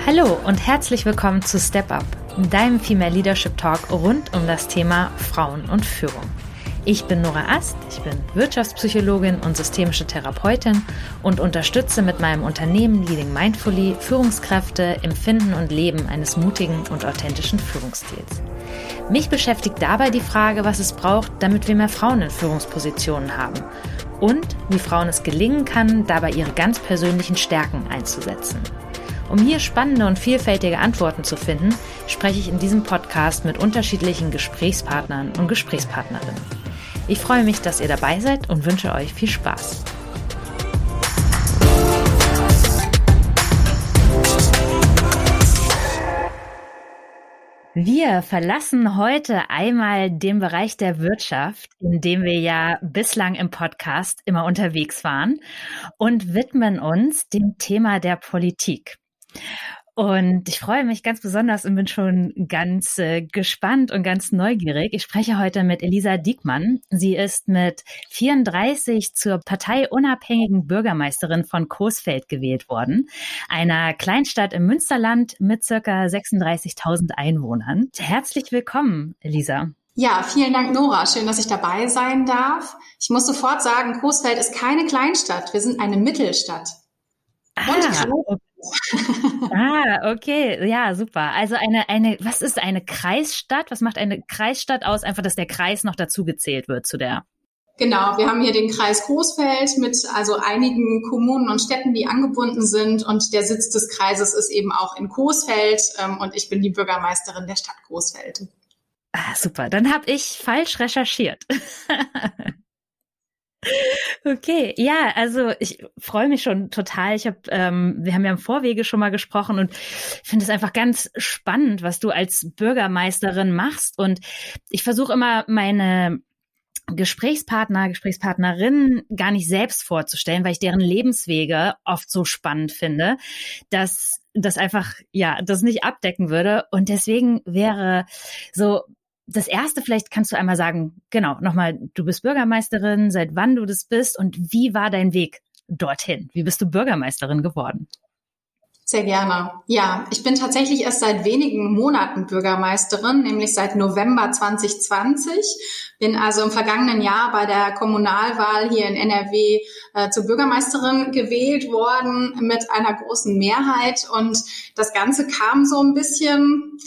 Hallo und herzlich willkommen zu Step Up, deinem Female Leadership Talk rund um das Thema Frauen und Führung. Ich bin Nora Ast, ich bin Wirtschaftspsychologin und systemische Therapeutin und unterstütze mit meinem Unternehmen Leading Mindfully Führungskräfte im Finden und Leben eines mutigen und authentischen Führungsstils. Mich beschäftigt dabei die Frage, was es braucht, damit wir mehr Frauen in Führungspositionen haben und wie Frauen es gelingen kann, dabei ihre ganz persönlichen Stärken einzusetzen. Um hier spannende und vielfältige Antworten zu finden, spreche ich in diesem Podcast mit unterschiedlichen Gesprächspartnern und Gesprächspartnerinnen. Ich freue mich, dass ihr dabei seid und wünsche euch viel Spaß. Wir verlassen heute einmal den Bereich der Wirtschaft, in dem wir ja bislang im Podcast immer unterwegs waren, und widmen uns dem Thema der Politik. Und ich freue mich ganz besonders und bin schon ganz gespannt und ganz neugierig. Ich spreche heute mit Elisa Diekmann. Sie ist mit 34 zur parteiunabhängigen Bürgermeisterin von Coesfeld gewählt worden, einer Kleinstadt im Münsterland mit circa 36.000 Einwohnern. Herzlich willkommen, Elisa. Ja, vielen Dank, Nora. Schön, dass ich dabei sein darf. Ich muss sofort sagen, Coesfeld ist keine Kleinstadt. Wir sind eine Mittelstadt. Okay. Ja, super. Also was ist eine Kreisstadt? Was macht eine Kreisstadt aus? Einfach, dass der Kreis noch dazu gezählt wird zu der. Genau, wir haben hier den Kreis Coesfeld mit also einigen Kommunen und Städten, die angebunden sind, und der Sitz des Kreises ist eben auch in Coesfeld, und ich bin die Bürgermeisterin der Stadt Coesfeld. Super, dann habe ich falsch recherchiert. Okay, ja, also ich freue mich schon total. Wir haben ja im Vorwege schon mal gesprochen und finde es einfach ganz spannend, was du als Bürgermeisterin machst. Und ich versuche immer, meine Gesprächspartnerinnen gar nicht selbst vorzustellen, weil ich deren Lebenswege oft so spannend finde, dass das einfach, das nicht abdecken würde. Und deswegen wäre so das Erste, vielleicht kannst du einmal sagen, genau, nochmal, du bist Bürgermeisterin, seit wann du das bist und wie war dein Weg dorthin? Wie bist du Bürgermeisterin geworden? Sehr gerne. Ja, ich bin tatsächlich erst seit wenigen Monaten Bürgermeisterin, nämlich seit November 2020. Bin also im vergangenen Jahr bei der Kommunalwahl hier in NRW zur Bürgermeisterin gewählt worden mit einer großen Mehrheit. Und das Ganze kam so ein bisschen,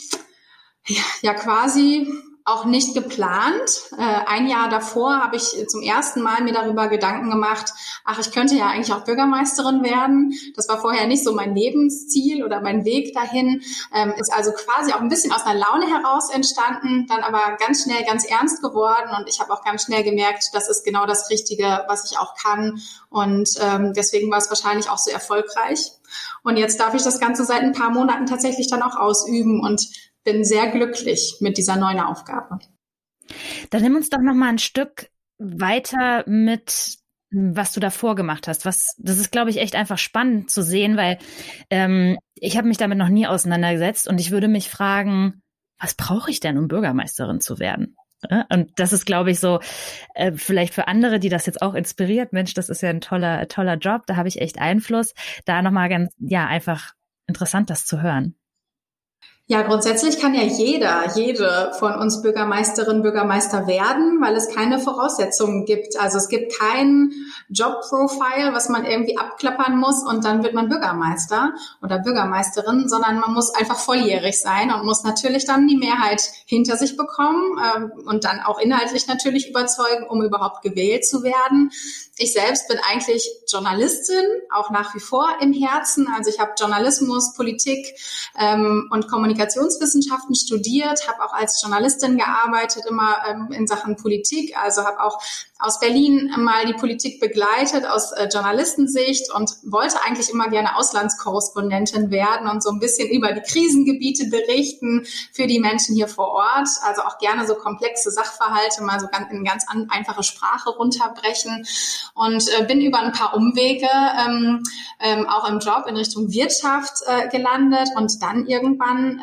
quasi auch nicht geplant. Ein Jahr davor habe ich zum ersten Mal mir darüber Gedanken gemacht, ich könnte ja eigentlich auch Bürgermeisterin werden. Das war vorher nicht so mein Lebensziel oder mein Weg dahin. Ist also quasi auch ein bisschen aus einer Laune heraus entstanden, dann aber ganz schnell ganz ernst geworden, und ich habe auch ganz schnell gemerkt, das ist genau das Richtige, was ich auch kann, und deswegen war es wahrscheinlich auch so erfolgreich. Und jetzt darf ich das Ganze seit ein paar Monaten tatsächlich dann auch ausüben und bin sehr glücklich mit dieser neuen Aufgabe. Dann nimm uns doch noch mal ein Stück weiter mit, was du davor gemacht hast. Das ist, glaube ich, echt einfach spannend zu sehen, weil ich habe mich damit noch nie auseinandergesetzt, und ich würde mich fragen, was brauche ich denn, um Bürgermeisterin zu werden? Und das ist, glaube ich, so vielleicht für andere, die das jetzt auch inspiriert. Mensch, das ist ja ein toller Job, da habe ich echt Einfluss. Da noch mal ganz, einfach interessant, das zu hören. Ja, grundsätzlich kann ja jede von uns Bürgermeisterin, Bürgermeister werden, weil es keine Voraussetzungen gibt. Also es gibt kein Job-Profile, was man irgendwie abklappern muss und dann wird man Bürgermeister oder Bürgermeisterin, sondern man muss einfach volljährig sein und muss natürlich dann die Mehrheit hinter sich bekommen und dann auch inhaltlich natürlich überzeugen, um überhaupt gewählt zu werden. Ich selbst bin eigentlich Journalistin, auch nach wie vor im Herzen. Also ich habe Journalismus, Politik und Kommunikationswissenschaften studiert, habe auch als Journalistin gearbeitet, immer in Sachen Politik. Also habe auch aus Berlin mal die Politik begleitet aus Journalistensicht und wollte eigentlich immer gerne Auslandskorrespondentin werden und so ein bisschen über die Krisengebiete berichten für die Menschen hier vor Ort. Also auch gerne so komplexe Sachverhalte mal so in ganz einfache Sprache runterbrechen. Und bin über ein paar Umwege auch im Job in Richtung Wirtschaft gelandet und dann irgendwann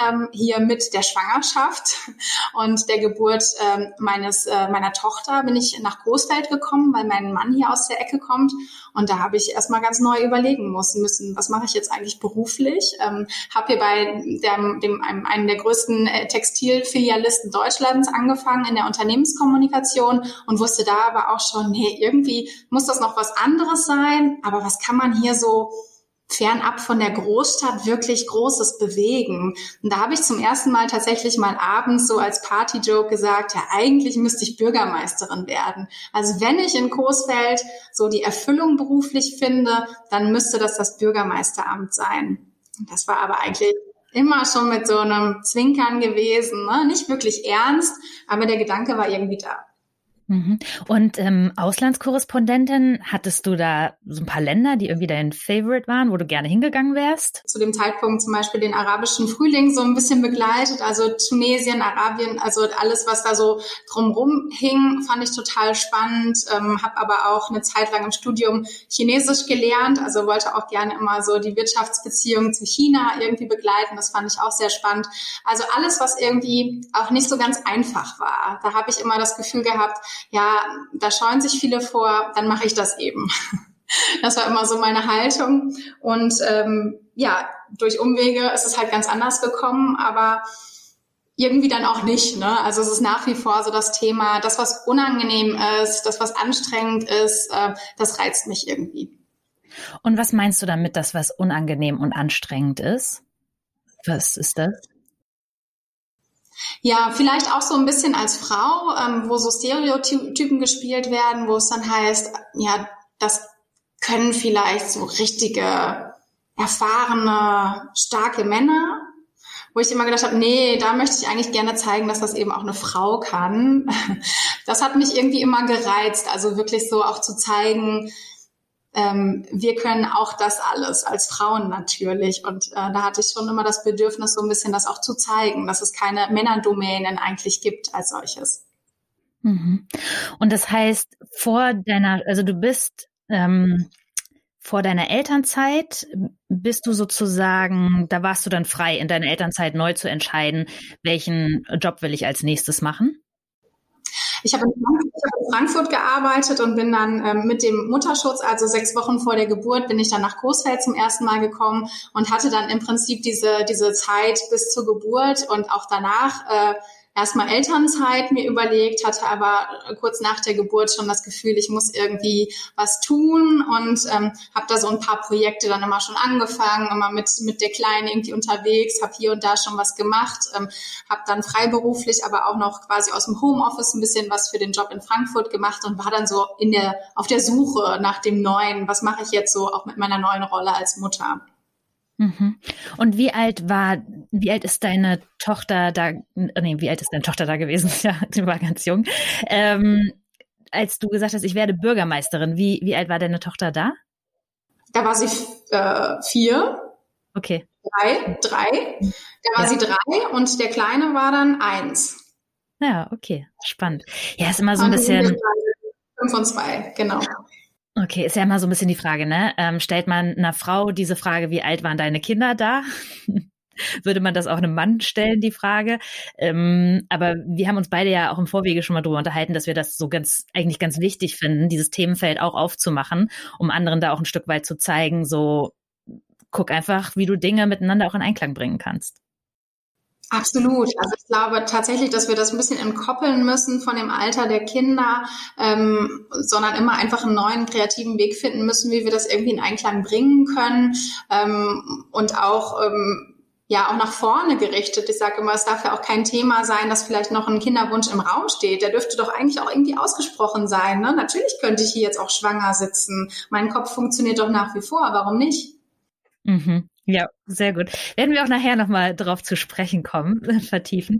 hier mit der Schwangerschaft und der Geburt meiner Tochter bin ich nach Coesfeld gekommen, weil mein Mann hier aus der Ecke kommt. Und da habe ich erstmal ganz neu überlegen müssen, was mache ich jetzt eigentlich beruflich? Habe hier bei einem der größten Textilfilialisten Deutschlands angefangen in der Unternehmenskommunikation und wusste da aber auch schon, nee, irgendwie muss das noch was anderes sein. Aber was kann man hier so fernab von der Großstadt wirklich Großes bewegen? Und da habe ich zum ersten Mal tatsächlich mal abends so als Party-Joke gesagt, ja, eigentlich müsste ich Bürgermeisterin werden. Also wenn ich in Coesfeld so die Erfüllung beruflich finde, dann müsste das Bürgermeisteramt sein. Das war aber eigentlich immer schon mit so einem Zwinkern gewesen, ne? Nicht wirklich ernst, aber der Gedanke war irgendwie da. Und Auslandskorrespondentin, hattest du da so ein paar Länder, die irgendwie dein Favorite waren, wo du gerne hingegangen wärst? Zu dem Zeitpunkt zum Beispiel den arabischen Frühling so ein bisschen begleitet, also Tunesien, Arabien, also alles, was da so drumrum hing, fand ich total spannend. Habe aber auch eine Zeit lang im Studium Chinesisch gelernt, also wollte auch gerne immer so die Wirtschaftsbeziehungen zu China irgendwie begleiten. Das fand ich auch sehr spannend. Also alles, was irgendwie auch nicht so ganz einfach war. Da habe ich immer das Gefühl gehabt, ja, da scheuen sich viele vor, dann mache ich das eben. Das war immer so meine Haltung. Und ja, durch Umwege ist es halt ganz anders gekommen, aber irgendwie dann auch nicht, ne? Also es ist nach wie vor so das Thema, das, was unangenehm ist, das, was anstrengend ist, das reizt mich irgendwie. Und was meinst du damit, das, was unangenehm und anstrengend ist? Was ist das? Ja, vielleicht auch so ein bisschen als Frau, wo so Stereotypen gespielt werden, wo es dann heißt, ja, das können vielleicht so richtige, erfahrene, starke Männer, wo ich immer gedacht habe, nee, da möchte ich eigentlich gerne zeigen, dass das eben auch eine Frau kann. Das hat mich irgendwie immer gereizt, also wirklich so auch zu zeigen, wir können auch das alles, als Frauen natürlich. Und da hatte ich schon immer das Bedürfnis, so ein bisschen das auch zu zeigen, dass es keine Männerdomänen eigentlich gibt als solches. Und das heißt, du bist vor deiner Elternzeit, bist du sozusagen, da warst du dann frei, in deiner Elternzeit neu zu entscheiden, welchen Job will ich als nächstes machen? Ich habe in Frankfurt gearbeitet und bin dann mit dem Mutterschutz, also 6 Wochen vor der Geburt, bin ich dann nach Coesfeld zum ersten Mal gekommen und hatte dann im Prinzip diese Zeit bis zur Geburt und auch danach erstmal Elternzeit mir überlegt, hatte aber kurz nach der Geburt schon das Gefühl, ich muss irgendwie was tun und habe da so ein paar Projekte dann immer schon angefangen, immer mit der Kleinen irgendwie unterwegs, habe hier und da schon was gemacht, habe dann freiberuflich, aber auch noch quasi aus dem Homeoffice ein bisschen was für den Job in Frankfurt gemacht und war dann so auf der Suche nach dem Neuen, was mache ich jetzt so auch mit meiner neuen Rolle als Mutter. Und wie alt ist deine Tochter da, wie alt ist deine Tochter da gewesen? Ja, die war ganz jung. Als du gesagt hast, ich werde Bürgermeisterin, wie alt war deine Tochter da? Da war sie 4. Okay. 3. Da war sie 3 und der Kleine war dann 1. Ja, okay. Spannend. Ja, ist immer so ein bisschen 5 und 2, genau. Okay, ist ja immer so ein bisschen die Frage, ne? Stellt man einer Frau diese Frage, wie alt waren deine Kinder da? Würde man das auch einem Mann stellen, die Frage? Aber wir haben uns beide ja auch im Vorwege schon mal drüber unterhalten, dass wir das so eigentlich ganz wichtig finden, dieses Themenfeld auch aufzumachen, um anderen da auch ein Stück weit zu zeigen, so guck einfach, wie du Dinge miteinander auch in Einklang bringen kannst. Absolut. Also ich glaube tatsächlich, dass wir das ein bisschen entkoppeln müssen von dem Alter der Kinder, sondern immer einfach einen neuen kreativen Weg finden müssen, wie wir das irgendwie in Einklang bringen können und auch auch nach vorne gerichtet. Ich sage immer, es darf ja auch kein Thema sein, dass vielleicht noch ein Kinderwunsch im Raum steht. Der dürfte doch eigentlich auch irgendwie ausgesprochen sein. Ne? Natürlich könnte ich hier jetzt auch schwanger sitzen. Mein Kopf funktioniert doch nach wie vor. Warum nicht? Ja, sehr gut. Werden wir auch nachher nochmal drauf zu sprechen kommen, vertiefend.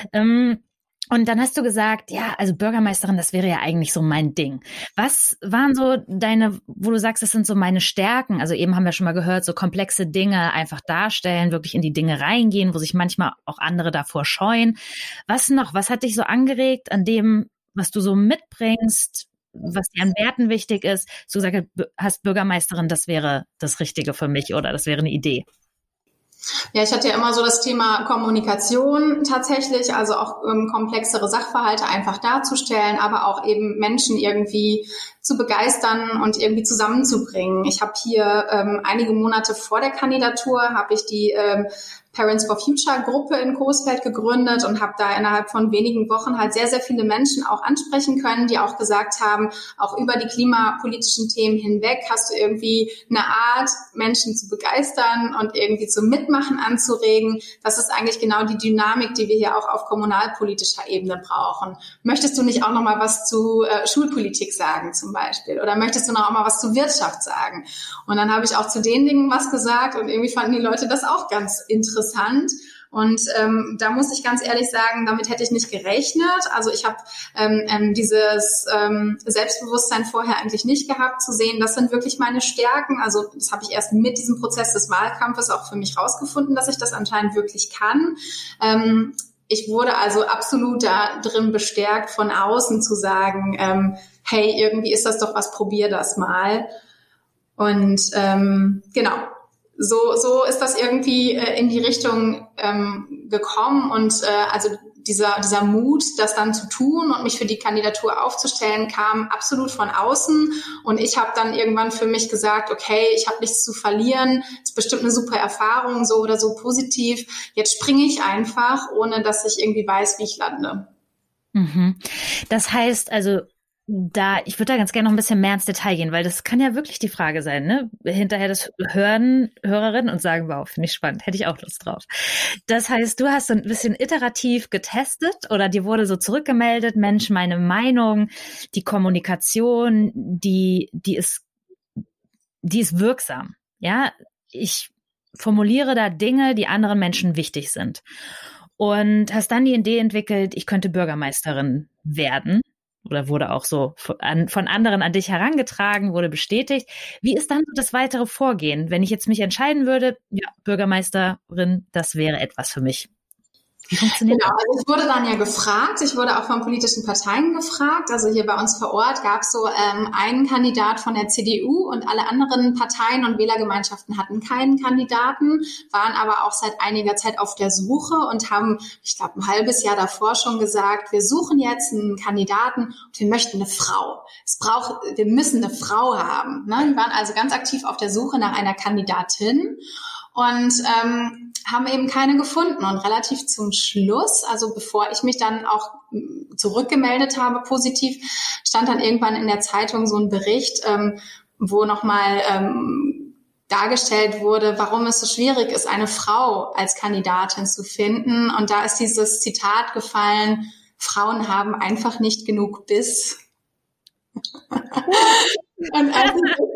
Und dann hast du gesagt, ja, also Bürgermeisterin, das wäre ja eigentlich so mein Ding. Was waren so wo du sagst, das sind so meine Stärken? Also eben haben wir schon mal gehört, so komplexe Dinge einfach darstellen, wirklich in die Dinge reingehen, wo sich manchmal auch andere davor scheuen. Was noch? Was hat dich so angeregt an dem, was du so mitbringst, was dir an Werten wichtig ist? Du gesagt hast, Bürgermeisterin, das wäre das Richtige für mich oder das wäre eine Idee. Ja, ich hatte ja immer so das Thema Kommunikation tatsächlich, also auch komplexere Sachverhalte einfach darzustellen, aber auch eben Menschen irgendwie zu begeistern und irgendwie zusammenzubringen. Ich habe hier einige Monate vor der Kandidatur habe ich die Parents for Future Gruppe in Coesfeld gegründet und habe da innerhalb von wenigen Wochen halt sehr, sehr viele Menschen auch ansprechen können, die auch gesagt haben, auch über die klimapolitischen Themen hinweg hast du irgendwie eine Art, Menschen zu begeistern und irgendwie zum Mitmachen anzuregen. Das ist eigentlich genau die Dynamik, die wir hier auch auf kommunalpolitischer Ebene brauchen. Möchtest du nicht auch noch mal was zu Schulpolitik sagen zum Beispiel? Oder möchtest du noch mal was zu Wirtschaft sagen? Und dann habe ich auch zu den Dingen was gesagt und irgendwie fanden die Leute das auch ganz interessant. Und da muss ich ganz ehrlich sagen, damit hätte ich nicht gerechnet. Also ich habe dieses Selbstbewusstsein vorher eigentlich nicht gehabt, zu sehen, das sind wirklich meine Stärken. Also das habe ich erst mit diesem Prozess des Wahlkampfes auch für mich rausgefunden, dass ich das anscheinend wirklich kann. Ich wurde also absolut da drin bestärkt, von außen zu sagen, hey, irgendwie ist das doch was, probier das mal. Und genau. So ist das irgendwie in die Richtung gekommen und also dieser Mut, das dann zu tun und mich für die Kandidatur aufzustellen, kam absolut von außen und ich habe dann irgendwann für mich gesagt, okay, ich habe nichts zu verlieren, ist bestimmt eine super Erfahrung, so oder so positiv, jetzt springe ich einfach, ohne dass ich irgendwie weiß, wie ich lande. Mhm. Das heißt also, ich würde da ganz gerne noch ein bisschen mehr ins Detail gehen, weil das kann ja wirklich die Frage sein, ne? Hinterher das hören Hörerinnen und sagen, wow, finde ich spannend, hätte ich auch Lust drauf. Das heißt, du hast so ein bisschen iterativ getestet oder dir wurde so zurückgemeldet, Mensch, meine Meinung, die Kommunikation, die ist wirksam. Ja, ich formuliere da Dinge, die anderen Menschen wichtig sind. Und hast dann die Idee entwickelt, ich könnte Bürgermeisterin werden. Oder wurde auch so von anderen an dich herangetragen, wurde bestätigt. Wie ist dann das weitere Vorgehen, wenn ich jetzt mich entscheiden würde, ja, Bürgermeisterin, das wäre etwas für mich? Wie funktioniert das? Genau, also ich wurde dann ja gefragt, ich wurde auch von politischen Parteien gefragt, also hier bei uns vor Ort gab es so einen Kandidat von der CDU und alle anderen Parteien und Wählergemeinschaften hatten keinen Kandidaten, waren aber auch seit einiger Zeit auf der Suche und haben, ich glaube, ein halbes Jahr davor schon gesagt, wir suchen jetzt einen Kandidaten und wir möchten eine Frau. Wir müssen eine Frau haben. Ne? Die waren also ganz aktiv auf der Suche nach einer Kandidatin und haben eben keine gefunden. Und relativ zum Schluss, also bevor ich mich dann auch zurückgemeldet habe, positiv, stand dann irgendwann in der Zeitung so ein Bericht, wo nochmal dargestellt wurde, warum es so schwierig ist, eine Frau als Kandidatin zu finden. Und da ist dieses Zitat gefallen, Frauen haben einfach nicht genug Biss. Und also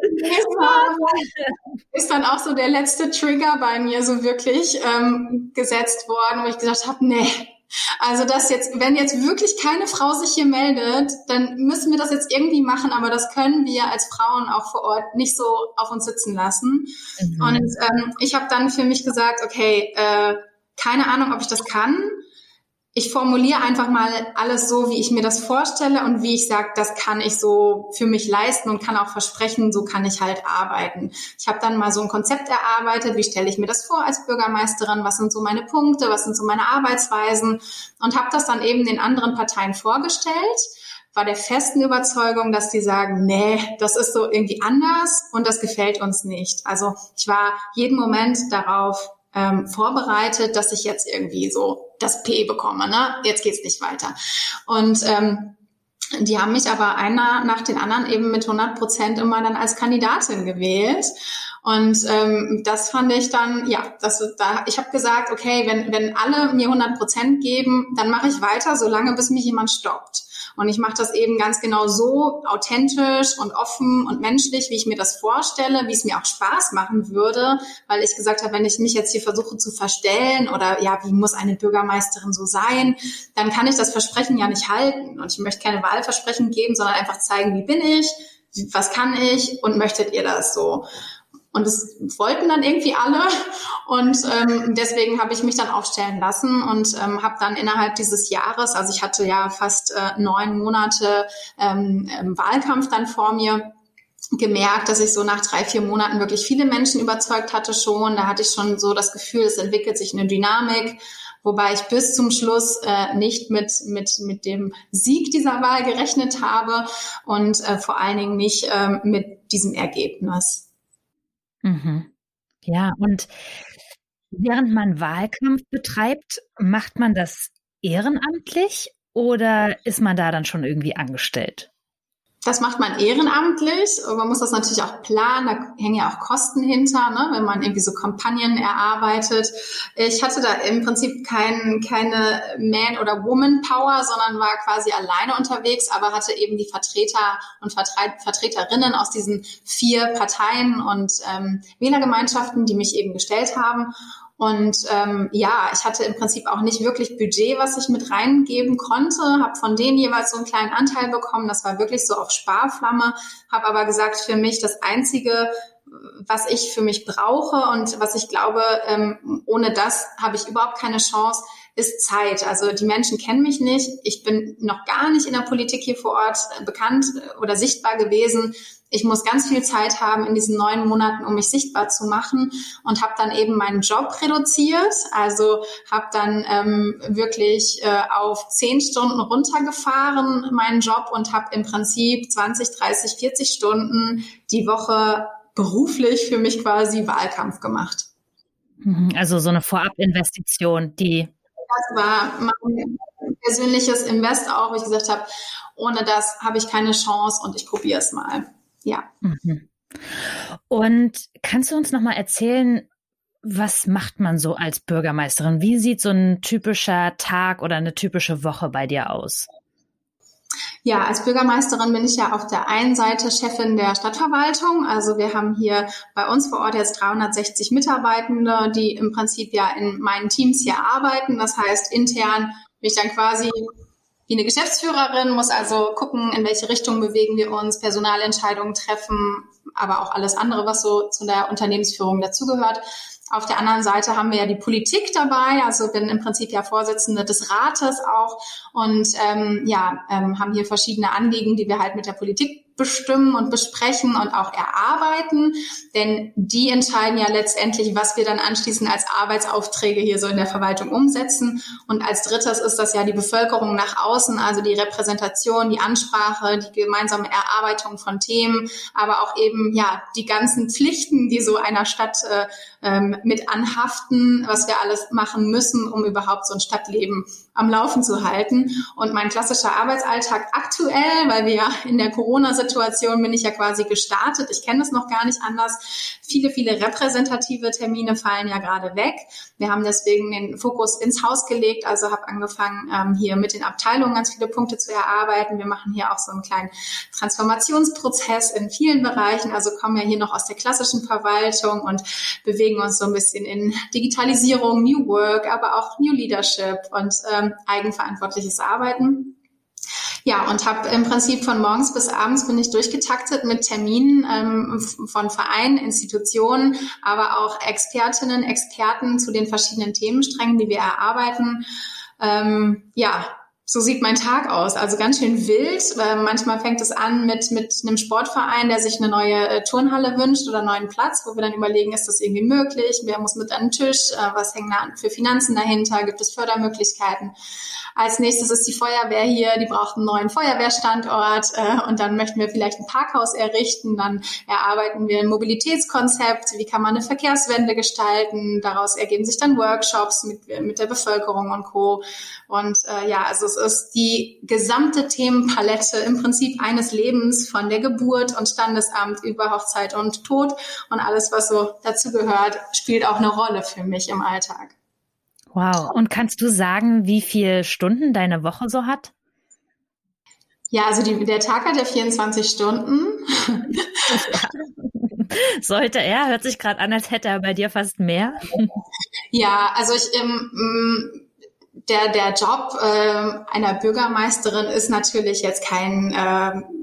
ist dann auch so der letzte Trigger bei mir so wirklich gesetzt worden, wo ich gesagt habe, nee, also das jetzt, wenn jetzt wirklich keine Frau sich hier meldet, dann müssen wir das jetzt irgendwie machen, aber das können wir als Frauen auch vor Ort nicht so auf uns sitzen lassen. Mhm. Und ich habe dann für mich gesagt, okay, keine Ahnung, ob ich das kann. Ich formuliere einfach mal alles so, wie ich mir das vorstelle und wie ich sage, das kann ich so für mich leisten und kann auch versprechen, so kann ich halt arbeiten. Ich habe dann mal so ein Konzept erarbeitet, wie stelle ich mir das vor als Bürgermeisterin, was sind so meine Punkte, was sind so meine Arbeitsweisen und habe das dann eben den anderen Parteien vorgestellt, war der festen Überzeugung, dass die sagen, nee, das ist so irgendwie anders und das gefällt uns nicht. Also ich war jeden Moment darauf vorbereitet, dass ich jetzt irgendwie so das P bekomme, ne? Jetzt geht's nicht weiter. Und die haben mich aber einer nach den anderen eben mit 100% immer dann als Kandidatin gewählt. Und das fand ich dann, ja, ich habe gesagt, okay, wenn alle mir 100% geben, dann mache ich weiter, solange bis mich jemand stoppt. Und ich mache das eben ganz genau so authentisch und offen und menschlich, wie ich mir das vorstelle, wie es mir auch Spaß machen würde, weil ich gesagt habe, wenn ich mich jetzt hier versuche zu verstellen oder ja, wie muss eine Bürgermeisterin so sein, dann kann ich das Versprechen ja nicht halten. Und ich möchte keine Wahlversprechen geben, sondern einfach zeigen, wie bin ich, was kann ich und möchtet ihr das so? Und das wollten dann irgendwie alle und deswegen habe ich mich dann aufstellen lassen und habe dann innerhalb dieses Jahres, also ich hatte ja fast 9 Monate Wahlkampf dann vor mir, gemerkt, dass ich so nach 3-4 Monaten wirklich viele Menschen überzeugt hatte schon. Da hatte ich schon so das Gefühl, es entwickelt sich eine Dynamik, wobei ich bis zum Schluss nicht mit dem Sieg dieser Wahl gerechnet habe und vor allen Dingen nicht mit diesem Ergebnis. Mhm. Ja, und während man Wahlkampf betreibt, macht man das ehrenamtlich oder ist man da dann schon irgendwie angestellt? Das macht man ehrenamtlich. Man muss das natürlich auch planen. Da hängen ja auch Kosten hinter, ne, wenn man irgendwie so Kampagnen erarbeitet. Ich hatte da im Prinzip keine Man- oder Woman-Power, sondern war quasi alleine unterwegs, aber hatte eben die Vertreter und Vertreterinnen aus diesen 4 Parteien und Wählergemeinschaften, die mich eben gestellt haben. Und ich hatte im Prinzip auch nicht wirklich Budget, was ich mit reingeben konnte, habe von denen jeweils so einen kleinen Anteil bekommen. Das war wirklich so auf Sparflamme, habe aber gesagt, für mich das Einzige, was ich für mich brauche und was ich glaube, ohne das habe ich überhaupt keine Chance, ist Zeit. Also die Menschen kennen mich nicht. Ich bin noch gar nicht in der Politik hier vor Ort bekannt oder sichtbar gewesen. Ich muss ganz viel Zeit haben in diesen 9 Monaten, um mich sichtbar zu machen und habe dann eben meinen Job reduziert. Also habe dann wirklich auf 10 Stunden runtergefahren, meinen Job, und habe im Prinzip 20, 30, 40 Stunden die Woche beruflich für mich quasi Wahlkampf gemacht. Also so eine Vorabinvestition, die... Das war mein persönliches Invest auch, wo ich gesagt habe, ohne das habe ich keine Chance und ich probiere es mal. Ja. Und kannst du uns noch mal erzählen, was macht man so als Bürgermeisterin? Wie sieht so ein typischer Tag oder eine typische Woche bei dir aus? Ja, als Bürgermeisterin bin ich ja auf der einen Seite Chefin der Stadtverwaltung. Also wir haben hier bei uns vor Ort jetzt 360 Mitarbeitende, die im Prinzip ja in meinen Teams hier arbeiten. Das heißt, intern bin ich dann quasi wie eine Geschäftsführerin, muss also gucken, in welche Richtung bewegen wir uns, Personalentscheidungen treffen, aber auch alles andere, was so zu der Unternehmensführung dazugehört. Auf der anderen Seite haben wir ja die Politik dabei, also bin im Prinzip ja Vorsitzende des Rates auch und haben hier verschiedene Anliegen, die wir halt mit der Politik bestimmen und besprechen und auch erarbeiten, denn die entscheiden ja letztendlich, was wir dann anschließend als Arbeitsaufträge hier so in der Verwaltung umsetzen. Und als drittes ist das ja die Bevölkerung nach außen, also die Repräsentation, die Ansprache, die gemeinsame Erarbeitung von Themen, aber auch eben ja die ganzen Pflichten, die so einer Stadt mit anhaften, was wir alles machen müssen, um überhaupt so ein Stadtleben am Laufen zu halten. Und mein klassischer Arbeitsalltag aktuell, weil wir ja in der Corona-Situation bin ich ja quasi gestartet, ich kenne das noch gar nicht anders. Viele repräsentative Termine fallen ja gerade weg. Wir haben deswegen den Fokus ins Haus gelegt, also habe angefangen, hier mit den Abteilungen ganz viele Punkte zu erarbeiten. Wir machen hier auch so einen kleinen Transformationsprozess in vielen Bereichen, also kommen ja hier noch aus der klassischen Verwaltung und bewegen uns so ein bisschen in Digitalisierung, New Work, aber auch New Leadership und eigenverantwortliches Arbeiten. Ja, und habe im Prinzip von morgens bis abends bin ich durchgetaktet mit Terminen von Vereinen, Institutionen, aber auch Expertinnen, Experten zu den verschiedenen Themensträngen, die wir erarbeiten. So sieht mein Tag aus. Also ganz schön wild. Manchmal fängt es an mit einem Sportverein, der sich eine neue Turnhalle wünscht oder einen neuen Platz, wo wir dann überlegen, ist das irgendwie möglich? Wer muss mit an den Tisch? Was hängen da für Finanzen dahinter? Gibt es Fördermöglichkeiten? Als nächstes ist die Feuerwehr hier. Die braucht einen neuen Feuerwehrstandort. Und dann möchten wir vielleicht ein Parkhaus errichten. Dann erarbeiten wir ein Mobilitätskonzept. Wie kann man eine Verkehrswende gestalten? Daraus ergeben sich dann Workshops mit der Bevölkerung und Co. Und also es ist die gesamte Themenpalette im Prinzip eines Lebens, von der Geburt und Standesamt über Hochzeit und Tod und alles, was so dazu gehört, spielt auch eine Rolle für mich im Alltag. Wow. Und kannst du sagen, wie viele Stunden deine Woche so hat? Ja, also der Tag hat ja 24 Stunden. Sollte er? Hört sich gerade an, als hätte er bei dir fast mehr. Ja, also der Job einer Bürgermeisterin ist natürlich jetzt kein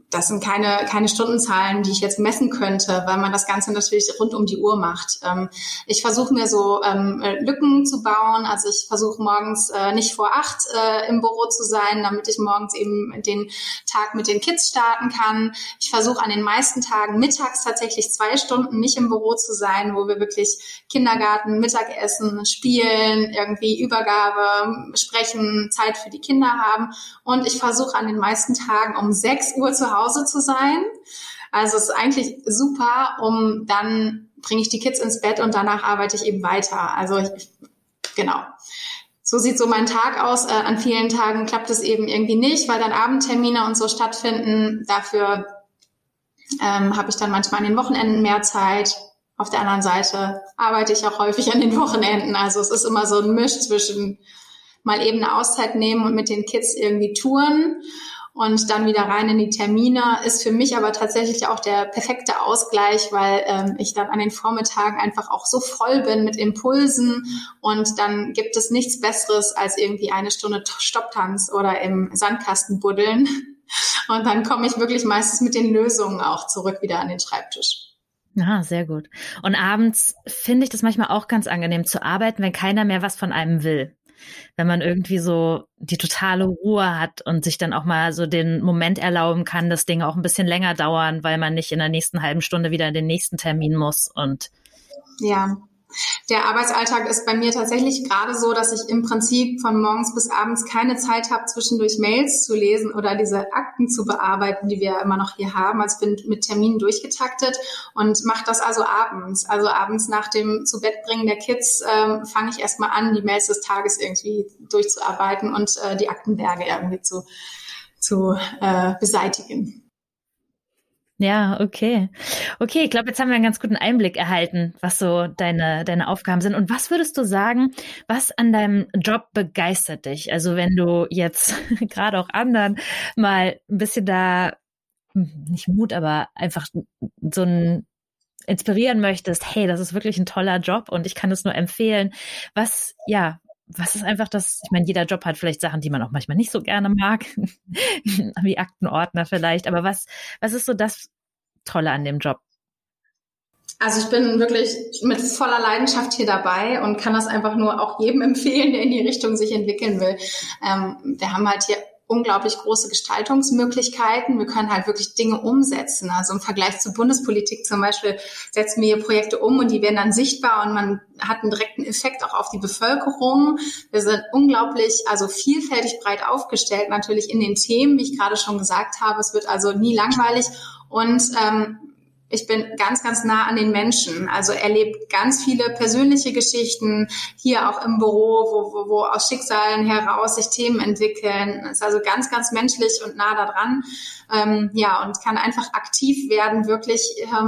das sind keine Stundenzahlen, die ich jetzt messen könnte, weil man das Ganze natürlich rund um die Uhr macht. Ich versuche mir so Lücken zu bauen. Also ich versuche morgens nicht vor 8 im Büro zu sein, damit ich morgens eben den Tag mit den Kids starten kann. Ich versuche an den meisten Tagen mittags tatsächlich 2 Stunden nicht im Büro zu sein, wo wir wirklich Kindergarten, Mittagessen, Spielen, irgendwie Übergabe, Sprechen, Zeit für die Kinder haben. Und ich versuche an den meisten Tagen um 6 Uhr zu Hause zu sein. Also es ist eigentlich super, dann bringe ich die Kids ins Bett und danach arbeite ich eben weiter. Also genau. So sieht so mein Tag aus. An vielen Tagen klappt es eben irgendwie nicht, weil dann Abendtermine und so stattfinden. Dafür habe ich dann manchmal an den Wochenenden mehr Zeit. Auf der anderen Seite arbeite ich auch häufig an den Wochenenden. Also es ist immer so ein Misch zwischen mal eben eine Auszeit nehmen und mit den Kids irgendwie touren und dann wieder rein in die Termine, ist für mich aber tatsächlich auch der perfekte Ausgleich, weil ich dann an den Vormittagen einfach auch so voll bin mit Impulsen und dann gibt es nichts Besseres als irgendwie 1 Stunde Stopptanz oder im Sandkasten buddeln und dann komme ich wirklich meistens mit den Lösungen auch zurück wieder an den Schreibtisch. Ah, sehr gut. Und abends finde ich das manchmal auch ganz angenehm zu arbeiten, wenn keiner mehr was von einem will. Wenn man irgendwie so die totale Ruhe hat und sich dann auch mal so den Moment erlauben kann, dass Dinge auch ein bisschen länger dauern, weil man nicht in der nächsten halben Stunde wieder in den nächsten Termin muss. Und ja, der Arbeitsalltag ist bei mir tatsächlich gerade so, dass ich im Prinzip von morgens bis abends keine Zeit habe, zwischendurch Mails zu lesen oder diese Akten zu bearbeiten, die wir ja immer noch hier haben. Also ich bin mit Terminen durchgetaktet und mache das also abends. Also abends nach dem Zubettbringen der Kids fange ich erstmal an, die Mails des Tages irgendwie durchzuarbeiten und die Aktenberge irgendwie zu beseitigen. ja, okay. Okay, ich glaube, jetzt haben wir einen ganz guten Einblick erhalten, was so deine Aufgaben sind. Und was würdest du sagen, was an deinem Job begeistert dich? Also wenn du jetzt gerade auch anderen mal ein bisschen da, nicht Mut, aber einfach so ein inspirieren möchtest, hey, das ist wirklich ein toller Job und ich kann es nur empfehlen. Was ist einfach das, ich meine, jeder Job hat vielleicht Sachen, die man auch manchmal nicht so gerne mag, wie Aktenordner vielleicht, aber was ist so das Tolle an dem Job? Also ich bin wirklich mit voller Leidenschaft hier dabei und kann das einfach nur auch jedem empfehlen, der in die Richtung sich entwickeln will. Wir haben halt hier unglaublich große Gestaltungsmöglichkeiten. Wir können halt wirklich Dinge umsetzen. Also im Vergleich zur Bundespolitik zum Beispiel setzen wir hier Projekte um und die werden dann sichtbar und man hat einen direkten Effekt auch auf die Bevölkerung. Wir sind unglaublich, also vielfältig breit aufgestellt, natürlich in den Themen, wie ich gerade schon gesagt habe. Es wird also nie langweilig und ich bin ganz, ganz nah an den Menschen. Also erlebt ganz viele persönliche Geschichten hier auch im Büro, wo aus Schicksalen heraus sich Themen entwickeln. Ist also ganz, ganz menschlich und nah da dran. Und kann einfach aktiv werden, wirklich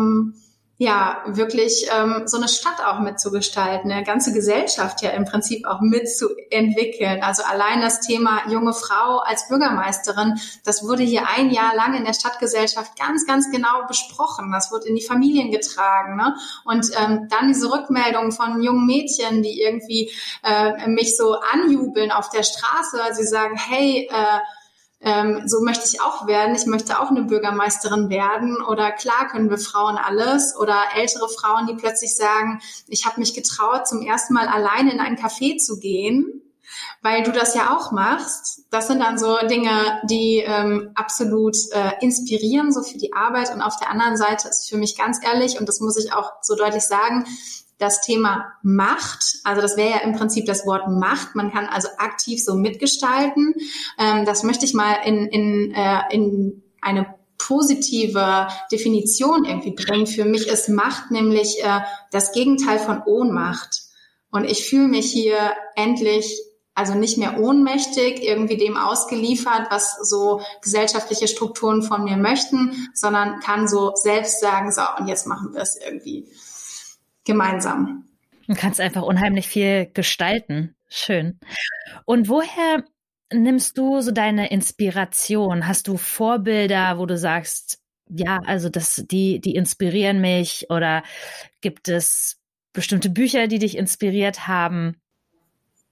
so eine Stadt auch mitzugestalten, eine ganze Gesellschaft ja im Prinzip auch mitzuentwickeln. Also allein das Thema junge Frau als Bürgermeisterin, das wurde hier 1 Jahr lang in der Stadtgesellschaft ganz, ganz genau besprochen. Das wurde in die Familien getragen, ne? Und dann diese Rückmeldungen von jungen Mädchen, die irgendwie mich so anjubeln auf der Straße, weil sie sagen, hey, so möchte ich auch werden. Ich möchte auch eine Bürgermeisterin werden. Oder klar können wir Frauen alles. Oder ältere Frauen, die plötzlich sagen, ich habe mich getraut, zum ersten Mal alleine in ein Café zu gehen, weil du das ja auch machst. Das sind dann so Dinge, die absolut inspirieren, so für die Arbeit. Und auf der anderen Seite ist für mich ganz ehrlich, und das muss ich auch so deutlich sagen, das Thema Macht, also das wäre ja im Prinzip das Wort Macht. Man kann also aktiv so mitgestalten. Das möchte ich mal in eine positive Definition irgendwie bringen. Für mich ist Macht nämlich das Gegenteil von Ohnmacht. Und ich fühle mich hier endlich also nicht mehr ohnmächtig, irgendwie dem ausgeliefert, was so gesellschaftliche Strukturen von mir möchten, sondern kann so selbst sagen, so, und jetzt machen wir es irgendwie gemeinsam. Du kannst einfach unheimlich viel gestalten. Schön. Und woher nimmst du so deine Inspiration? Hast du Vorbilder, wo du sagst, ja, also die inspirieren mich, oder gibt es bestimmte Bücher, die dich inspiriert haben?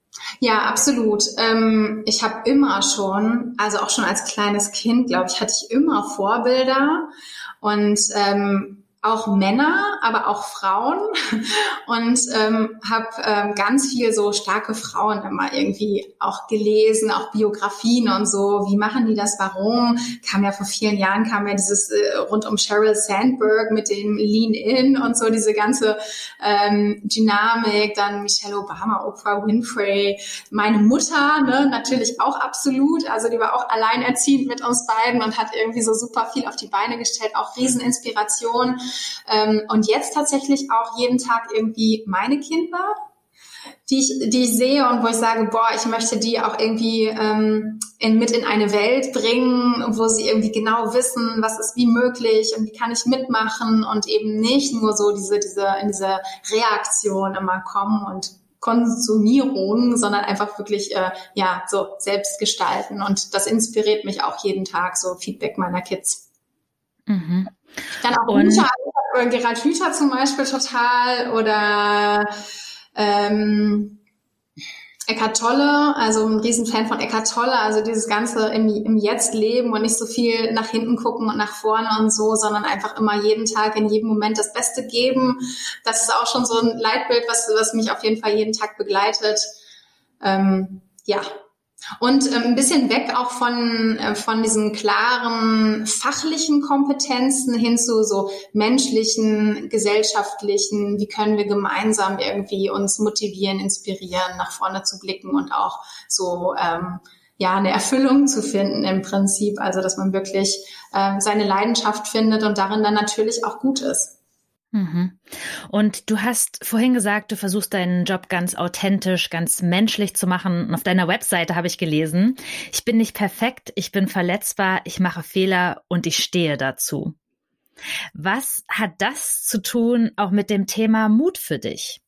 Ja, absolut. Ich habe immer schon, also auch schon als kleines Kind, glaube ich, hatte ich immer Vorbilder und auch Männer, aber auch Frauen und habe ganz viel so starke Frauen immer irgendwie auch gelesen, auch Biografien und so. Wie machen die das? Warum? Vor vielen Jahren kam ja dieses rund um Sheryl Sandberg mit dem Lean-In und so, diese ganze Dynamik, dann Michelle Obama, Oprah Winfrey, meine Mutter, ne, natürlich auch absolut, also die war auch alleinerziehend mit uns beiden und hat irgendwie so super viel auf die Beine gestellt, auch Rieseninspiration. Und jetzt tatsächlich auch jeden Tag irgendwie meine Kinder, die ich sehe und wo ich sage, ich möchte die auch irgendwie mit in eine Welt bringen, wo sie irgendwie genau wissen, was ist wie möglich und wie kann ich mitmachen und eben nicht nur so in diese Reaktion immer kommen und Konsumierung, sondern einfach wirklich so selbst gestalten. Und das inspiriert mich auch jeden Tag, so Feedback meiner Kids. Mhm. Dann auch Bücher, Gerald Hüther zum Beispiel total oder Eckhart Tolle, also ein Riesenfan von Eckhart Tolle, also dieses Ganze im Jetzt leben und nicht so viel nach hinten gucken und nach vorne und so, sondern einfach immer jeden Tag in jedem Moment das Beste geben. Das ist auch schon so ein Leitbild, was mich auf jeden Fall jeden Tag begleitet. Und ein bisschen weg auch von diesen klaren fachlichen Kompetenzen hin zu so menschlichen, gesellschaftlichen, wie können wir gemeinsam irgendwie uns motivieren, inspirieren, nach vorne zu blicken und auch so eine Erfüllung zu finden im Prinzip. Also dass man wirklich seine Leidenschaft findet und darin dann natürlich auch gut ist. Mhm. Und du hast vorhin gesagt, du versuchst deinen Job ganz authentisch, ganz menschlich zu machen. Und auf deiner Webseite habe ich gelesen, ich bin nicht perfekt, ich bin verletzbar, ich mache Fehler und ich stehe dazu. Was hat das zu tun auch mit dem Thema Mut für dich?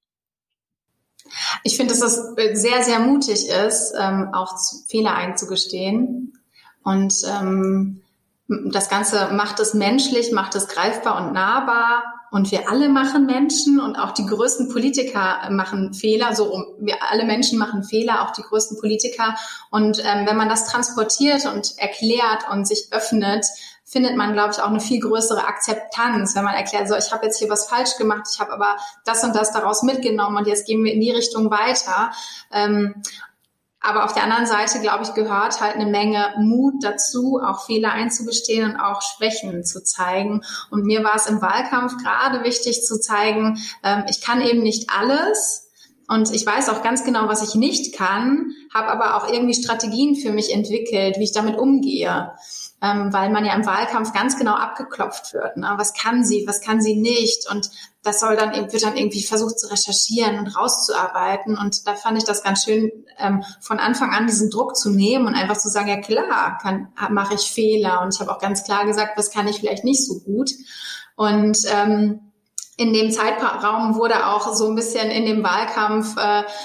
Ich finde, dass das sehr, sehr mutig ist, auch Fehler einzugestehen. Und das Ganze macht es menschlich, macht es greifbar und nahbar. Und wir alle machen Menschen und auch die größten Politiker machen Fehler. Wir alle Menschen machen Fehler, auch die größten Politiker. Und wenn man das transportiert und erklärt und sich öffnet, findet man, glaube ich, auch eine viel größere Akzeptanz, wenn man erklärt, so, ich habe jetzt hier was falsch gemacht, ich habe aber das und das daraus mitgenommen und jetzt gehen wir in die Richtung weiter. Aber auf der anderen Seite, glaube ich, gehört halt eine Menge Mut dazu, auch Fehler einzugestehen und auch Schwächen zu zeigen. Und mir war es im Wahlkampf gerade wichtig zu zeigen, ich kann eben nicht alles. Und ich weiß auch ganz genau, was ich nicht kann, habe aber auch irgendwie Strategien für mich entwickelt, wie ich damit umgehe. Weil man ja im Wahlkampf ganz genau abgeklopft wird. Ne? Was kann sie nicht? Und das wird dann irgendwie versucht zu recherchieren und rauszuarbeiten. Und da fand ich das ganz schön, von Anfang an diesen Druck zu nehmen und einfach zu sagen, ja klar, mache ich Fehler. Und ich habe auch ganz klar gesagt, was kann ich vielleicht nicht so gut. Und in dem Zeitraum wurde auch so ein bisschen in dem Wahlkampf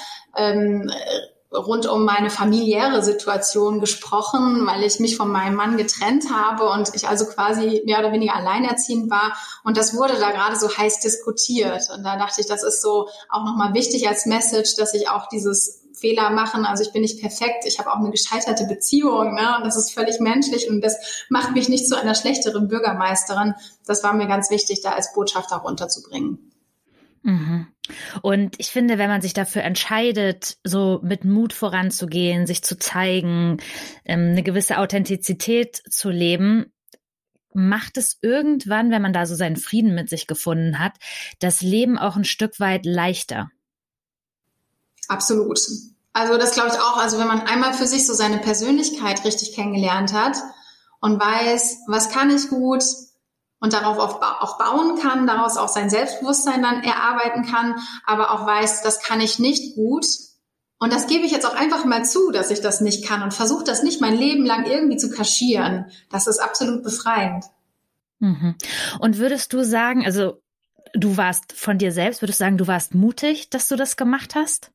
rund um meine familiäre Situation gesprochen, weil ich mich von meinem Mann getrennt habe und ich also quasi mehr oder weniger alleinerziehend war. Und das wurde da gerade so heiß diskutiert. Und da dachte ich, das ist so auch nochmal wichtig als Message, dass ich auch dieses Fehler machen, also ich bin nicht perfekt, ich habe auch eine gescheiterte Beziehung, ne? Und das ist völlig menschlich und das macht mich nicht zu einer schlechteren Bürgermeisterin. Das war mir ganz wichtig, da als Botschaft auch runterzubringen. Mhm. Und ich finde, wenn man sich dafür entscheidet, so mit Mut voranzugehen, sich zu zeigen, eine gewisse Authentizität zu leben, macht es irgendwann, wenn man da so seinen Frieden mit sich gefunden hat, das Leben auch ein Stück weit leichter. Absolut. Also das glaube ich auch. Also wenn man einmal für sich so seine Persönlichkeit richtig kennengelernt hat und weiß, was kann ich gut, und darauf auch bauen kann, daraus auch sein Selbstbewusstsein dann erarbeiten kann, aber auch weiß, das kann ich nicht gut. Und das gebe ich jetzt auch einfach mal zu, dass ich das nicht kann und versuche das nicht mein Leben lang irgendwie zu kaschieren. Das ist absolut befreiend. Mhm. Und würdest du sagen, also du warst von dir selbst, würdest du sagen, du warst mutig, dass du das gemacht hast?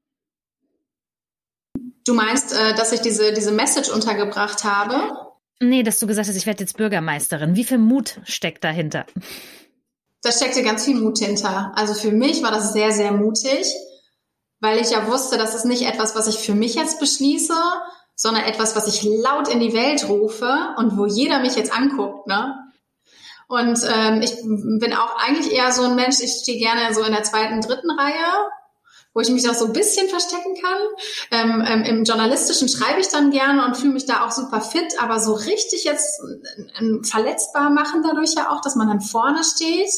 Du meinst, dass ich diese Message untergebracht habe? Nee, dass du gesagt hast, ich werde jetzt Bürgermeisterin. Wie viel Mut steckt dahinter? Da steckte ganz viel Mut hinter. Also für mich war das sehr, sehr mutig. weil ich ja wusste, das ist nicht etwas, was ich für mich jetzt beschließe, sondern etwas, was ich laut in die Welt rufe und wo jeder mich jetzt anguckt, ne? Und ich bin auch eigentlich eher so ein Mensch, ich stehe gerne so in der 2., 3. Reihe, wo ich mich auch so ein bisschen verstecken kann. Im Journalistischen schreibe ich dann gerne und fühle mich da auch super fit, aber so richtig jetzt verletzbar machen dadurch ja auch, dass man dann vorne steht.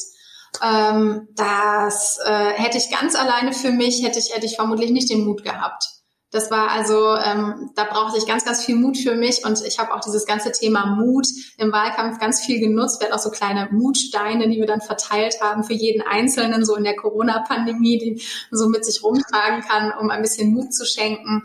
Das hätte ich ganz alleine für mich, hätte ich vermutlich nicht den Mut gehabt. Das war also, da brauchte ich ganz, ganz viel Mut für mich und ich habe auch dieses ganze Thema Mut im Wahlkampf ganz viel genutzt. Wir hatten auch so kleine Mutsteine, die wir dann verteilt haben für jeden Einzelnen, so in der Corona-Pandemie, die man so mit sich rumtragen kann, um ein bisschen Mut zu schenken.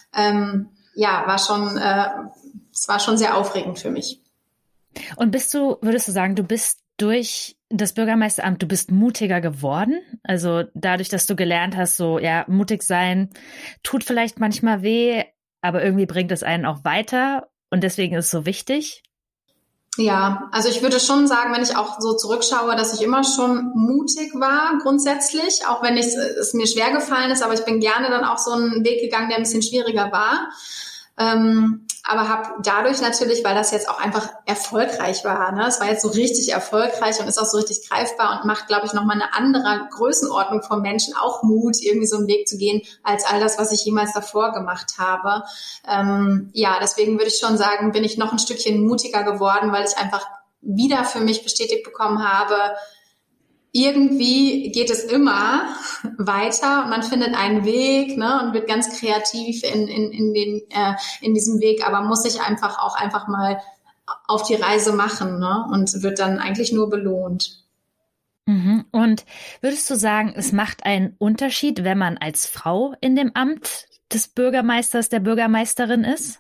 Es war schon sehr aufregend für mich. Und würdest du sagen, du bist durch das Bürgermeisteramt, du bist mutiger geworden? Also dadurch, dass du gelernt hast, so, ja, mutig sein tut vielleicht manchmal weh, aber irgendwie bringt es einen auch weiter und deswegen ist es so wichtig? Ja, also ich würde schon sagen, wenn ich auch so zurückschaue, dass ich immer schon mutig war, grundsätzlich, auch wenn es mir schwer gefallen ist, aber ich bin gerne dann auch so einen Weg gegangen, der ein bisschen schwieriger war. Aber habe dadurch natürlich, weil das jetzt auch einfach erfolgreich war, ne, es war jetzt so richtig erfolgreich und ist auch so richtig greifbar und macht, glaube ich, nochmal eine andere Größenordnung von Menschen auch Mut, irgendwie so einen Weg zu gehen, als all das, was ich jemals davor gemacht habe. Deswegen würde ich schon sagen, bin ich noch ein Stückchen mutiger geworden, weil ich einfach wieder für mich bestätigt bekommen habe, irgendwie geht es immer weiter und man findet einen Weg, ne, und wird ganz kreativ in diesem Weg, aber muss sich einfach mal auf die Reise machen, ne, und wird dann eigentlich nur belohnt. Mhm. Und würdest du sagen, es macht einen Unterschied, wenn man als Frau in dem Amt des Bürgermeisters, der Bürgermeisterin ist?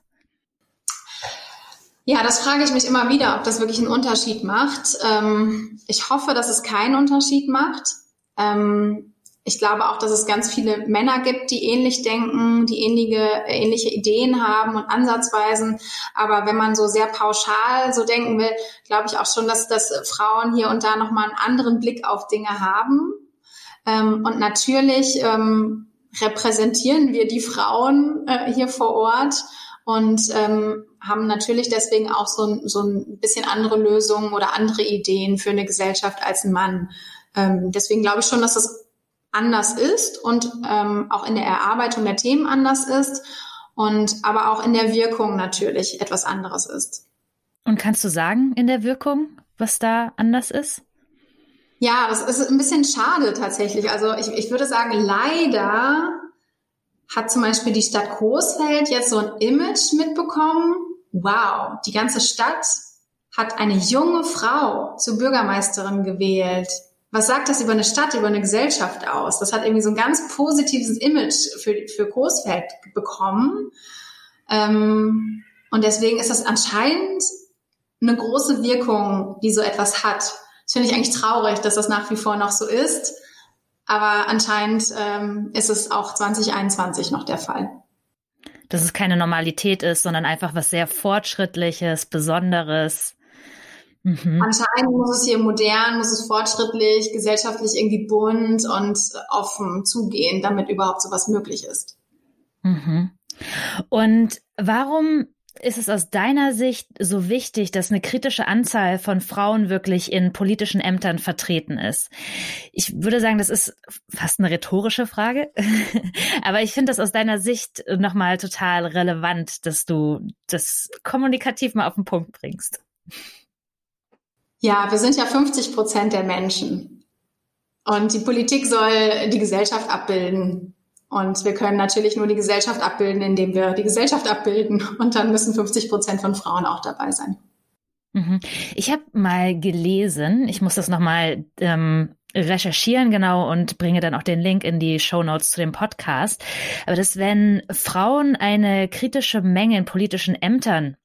Ja, das frage ich mich immer wieder, ob das wirklich einen Unterschied macht. Ich hoffe, dass es keinen Unterschied macht. Ich glaube auch, dass es ganz viele Männer gibt, die ähnlich denken, die ähnliche Ideen haben und Ansatzweisen. Aber wenn man so sehr pauschal so denken will, glaube ich auch schon, dass Frauen hier und da nochmal einen anderen Blick auf Dinge haben. Und natürlich repräsentieren wir die Frauen hier vor Ort und haben natürlich deswegen auch so ein bisschen andere Lösungen oder andere Ideen für eine Gesellschaft als ein Mann. Deswegen glaube ich schon, dass das anders ist und auch in der Erarbeitung der Themen anders ist und aber auch in der Wirkung natürlich etwas anderes ist. Und kannst du sagen in der Wirkung, was da anders ist? Ja, das ist ein bisschen schade tatsächlich. Also ich würde sagen, leider hat zum Beispiel die Stadt Coesfeld jetzt so ein Image mitbekommen. Wow, die ganze Stadt hat eine junge Frau zur Bürgermeisterin gewählt. Was sagt das über eine Stadt, über eine Gesellschaft aus? Das hat irgendwie so ein ganz positives Image für Coesfeld bekommen. Und deswegen ist das anscheinend eine große Wirkung, die so etwas hat. Das finde ich eigentlich traurig, dass das nach wie vor noch so ist. Aber anscheinend ist es auch 2021 noch der Fall. Dass es keine Normalität ist, sondern einfach was sehr Fortschrittliches, Besonderes. Mhm. Anscheinend muss es hier modern, muss es fortschrittlich, gesellschaftlich irgendwie bunt und offen zugehen, damit überhaupt sowas möglich ist. Mhm. Und warum ist es aus deiner Sicht so wichtig, dass eine kritische Anzahl von Frauen wirklich in politischen Ämtern vertreten ist? Ich würde sagen, das ist fast eine rhetorische Frage, aber ich finde das aus deiner Sicht nochmal total relevant, dass du das kommunikativ mal auf den Punkt bringst. Ja, wir sind ja 50% der Menschen und die Politik soll die Gesellschaft abbilden. Und wir können natürlich nur die Gesellschaft abbilden, indem wir die Gesellschaft abbilden. Und dann müssen 50% von Frauen auch dabei sein. Ich habe mal gelesen, ich muss das nochmal recherchieren, genau, und bringe dann auch den Link in die Shownotes zu dem Podcast. Aber dass wenn Frauen eine kritische Menge in politischen Ämtern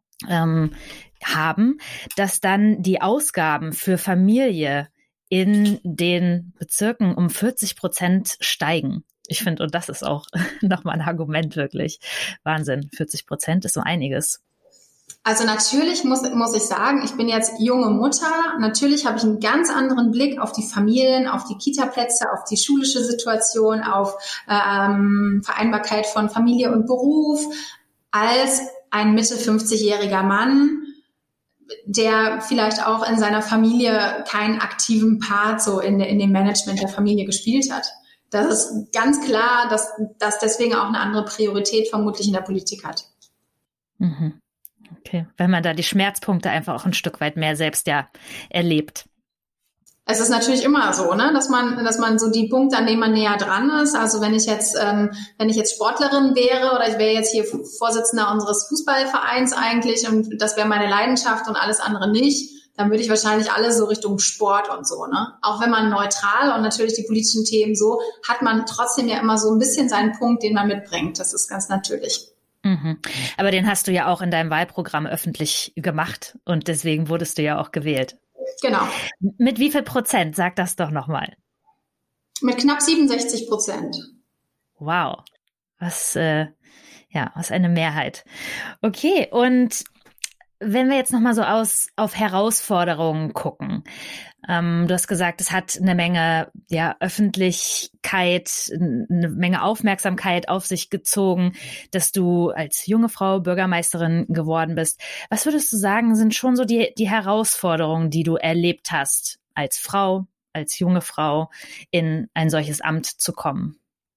haben, dass dann die Ausgaben für Familie in den Bezirken um 40% steigen. Ich finde, und das ist auch nochmal ein Argument wirklich. Wahnsinn, 40% ist so einiges. Also natürlich muss ich sagen, ich bin jetzt junge Mutter. Natürlich habe ich einen ganz anderen Blick auf die Familien, auf die Kita-Plätze, auf die schulische Situation, auf Vereinbarkeit von Familie und Beruf, als ein Mitte 50-jähriger Mann, der vielleicht auch in seiner Familie keinen aktiven Part so in dem Management der Familie gespielt hat. Das ist ganz klar, dass deswegen auch eine andere Priorität vermutlich in der Politik hat. Mhm. Okay, wenn man da die Schmerzpunkte einfach auch ein Stück weit mehr selbst ja erlebt. Es ist natürlich immer so, ne, dass man so die Punkte, an denen man näher dran ist. Also wenn ich jetzt Sportlerin wäre oder ich wäre jetzt hier Vorsitzender unseres Fußballvereins eigentlich und das wäre meine Leidenschaft und alles andere nicht, dann würde ich wahrscheinlich alle so Richtung Sport und so, ne. Auch wenn man neutral und natürlich die politischen Themen so, hat man trotzdem ja immer so ein bisschen seinen Punkt, den man mitbringt. Das ist ganz natürlich. Mhm. Aber den hast du ja auch in deinem Wahlprogramm öffentlich gemacht und deswegen wurdest du ja auch gewählt. Genau. Mit wie viel Prozent? Sag das doch nochmal. Mit knapp 67%. Wow. Was eine Mehrheit. Okay, und wenn wir jetzt nochmal so auf Herausforderungen gucken. Du hast gesagt, es hat eine Menge Öffentlichkeit, eine Menge Aufmerksamkeit auf sich gezogen, dass du als junge Frau Bürgermeisterin geworden bist. Was würdest du sagen, sind schon so die Herausforderungen, die du erlebt hast, als Frau, als junge Frau in ein solches Amt zu kommen?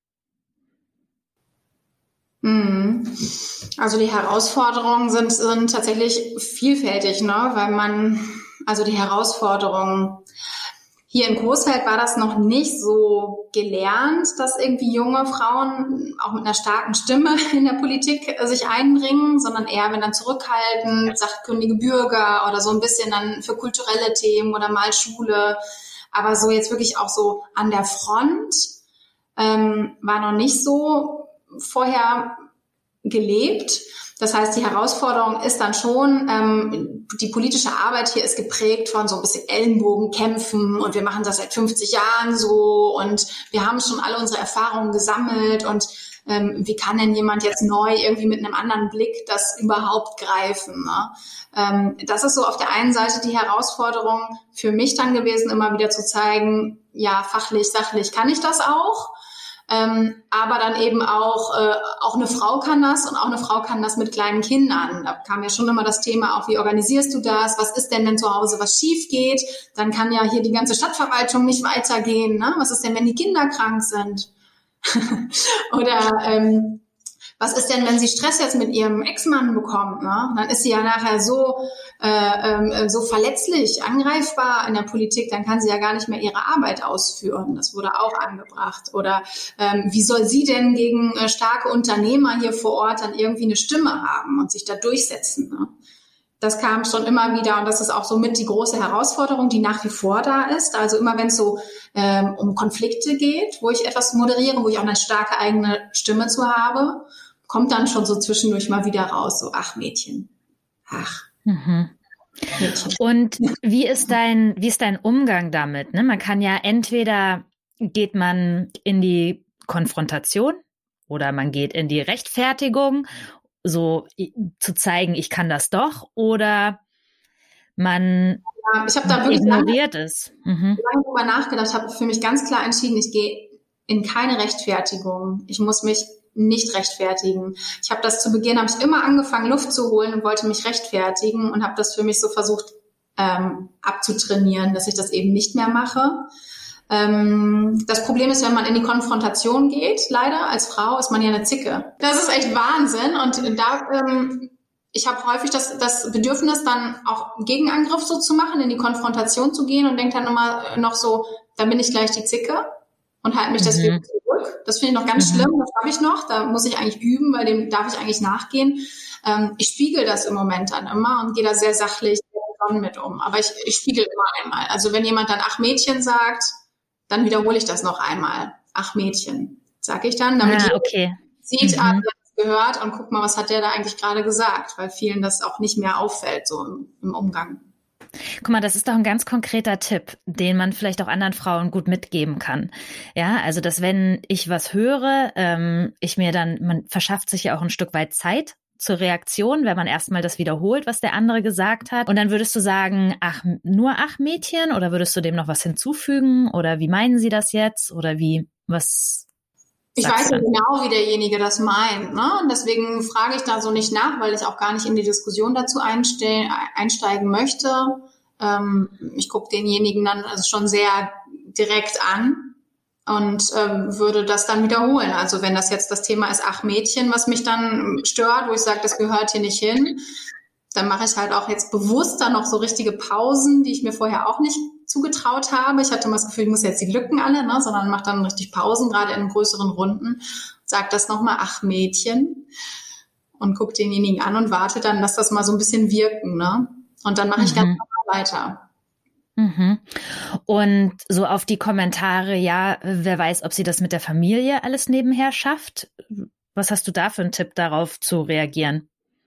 Also die Herausforderungen sind tatsächlich vielfältig, ne? Also die Herausforderungen hier in Coesfeld war das noch nicht so gelernt, dass irgendwie junge Frauen auch mit einer starken Stimme in der Politik sich einbringen, sondern eher, wenn dann zurückhaltend, sachkundige Bürger oder so ein bisschen dann für kulturelle Themen oder mal Schule. Aber so jetzt wirklich auch so an der Front war noch nicht so vorher gelebt. Das heißt, die Herausforderung ist dann schon, die politische Arbeit hier ist geprägt von so ein bisschen Ellenbogenkämpfen und wir machen das seit 50 Jahren so und wir haben schon alle unsere Erfahrungen gesammelt und wie kann denn jemand jetzt neu irgendwie mit einem anderen Blick das überhaupt greifen? Ne? Das ist so auf der einen Seite die Herausforderung für mich dann gewesen, immer wieder zu zeigen, ja, fachlich, sachlich kann ich das auch. Aber dann eben auch eine Frau kann das und auch eine Frau kann das mit kleinen Kindern. Da kam ja schon immer das Thema auf, wie organisierst du das? Was ist denn, wenn zu Hause was schief geht? Dann kann ja hier die ganze Stadtverwaltung nicht weitergehen. Ne? Was ist denn, wenn die Kinder krank sind? Oder was ist denn, wenn sie Stress jetzt mit ihrem Ex-Mann bekommt? Ne? Dann ist sie ja nachher so verletzlich, angreifbar in der Politik, dann kann sie ja gar nicht mehr ihre Arbeit ausführen. Das wurde auch angebracht. Oder wie soll sie denn gegen starke Unternehmer hier vor Ort dann irgendwie eine Stimme haben und sich da durchsetzen? Ne? Das kam schon immer wieder und das ist auch somit die große Herausforderung, die nach wie vor da ist. Also immer wenn es so um Konflikte geht, wo ich etwas moderiere, wo ich auch eine starke eigene Stimme zu habe, kommt dann schon so zwischendurch mal wieder raus, so, ach Mädchen, ach. Mhm. Mädchen. Und wie ist dein Umgang damit? Ne? Man kann ja entweder geht man in die Konfrontation oder man geht in die Rechtfertigung, so zu zeigen, ich kann das doch, oder man ich habe da wirklich ignoriert es. Lange darüber nachgedacht, habe für mich ganz klar entschieden, ich gehe in keine Rechtfertigung. Ich muss mich nicht rechtfertigen. Ich habe das zu Beginn, habe ich immer angefangen, Luft zu holen und wollte mich rechtfertigen und habe das für mich so versucht abzutrainieren, dass ich das eben nicht mehr mache. Das Problem ist, wenn man in die Konfrontation geht, leider als Frau ist man ja eine Zicke. Das ist echt Wahnsinn und da ich habe häufig das Bedürfnis, dann auch einen Gegenangriff so zu machen, in die Konfrontation zu gehen und denke dann immer noch so, dann bin ich gleich die Zicke und halte mich deswegen zurück. Das finde ich noch ganz schlimm, das habe ich noch, da muss ich eigentlich üben, weil dem darf ich eigentlich nachgehen. Ich spiegel das im Moment dann immer und gehe da sehr sachlich mit um, aber ich spiegel immer einmal. Also wenn jemand dann ach Mädchen sagt, dann wiederhole ich das noch einmal. Ach Mädchen, sage ich dann, damit jeder sieht, gehört und guck mal, was hat der da eigentlich gerade gesagt, weil vielen das auch nicht mehr auffällt, so im Umgang. Guck mal, das ist doch ein ganz konkreter Tipp, den man vielleicht auch anderen Frauen gut mitgeben kann. Ja, also dass wenn ich was höre, man verschafft sich ja auch ein Stück weit Zeit zur Reaktion, wenn man erstmal das wiederholt, was der andere gesagt hat? Und dann würdest du sagen, ach Mädchen, oder würdest du dem noch was hinzufügen? Oder wie meinen Sie das jetzt? Oder was? Ich weiß ja genau, wie derjenige das meint, ne? Und deswegen frage ich da so nicht nach, weil ich auch gar nicht in die Diskussion dazu einsteigen möchte. Ich gucke denjenigen dann also schon sehr direkt an und würde das dann wiederholen. Also wenn das jetzt das Thema ist, ach Mädchen, was mich dann stört, wo ich sage, das gehört hier nicht hin, dann mache ich halt auch jetzt bewusst dann noch so richtige Pausen, die ich mir vorher auch nicht zugetraut habe. Ich hatte immer das Gefühl, ich muss jetzt die Lücken alle, ne, sondern mache dann richtig Pausen, gerade in größeren Runden, sage das nochmal, ach Mädchen, und gucke denjenigen an und warte dann, dass das mal so ein bisschen wirken, ne? Und dann mache ich ganz normal weiter. Mhm. Und so auf die Kommentare, ja, wer weiß, ob sie das mit der Familie alles nebenher schafft. Was hast du da für einen Tipp, darauf zu reagieren?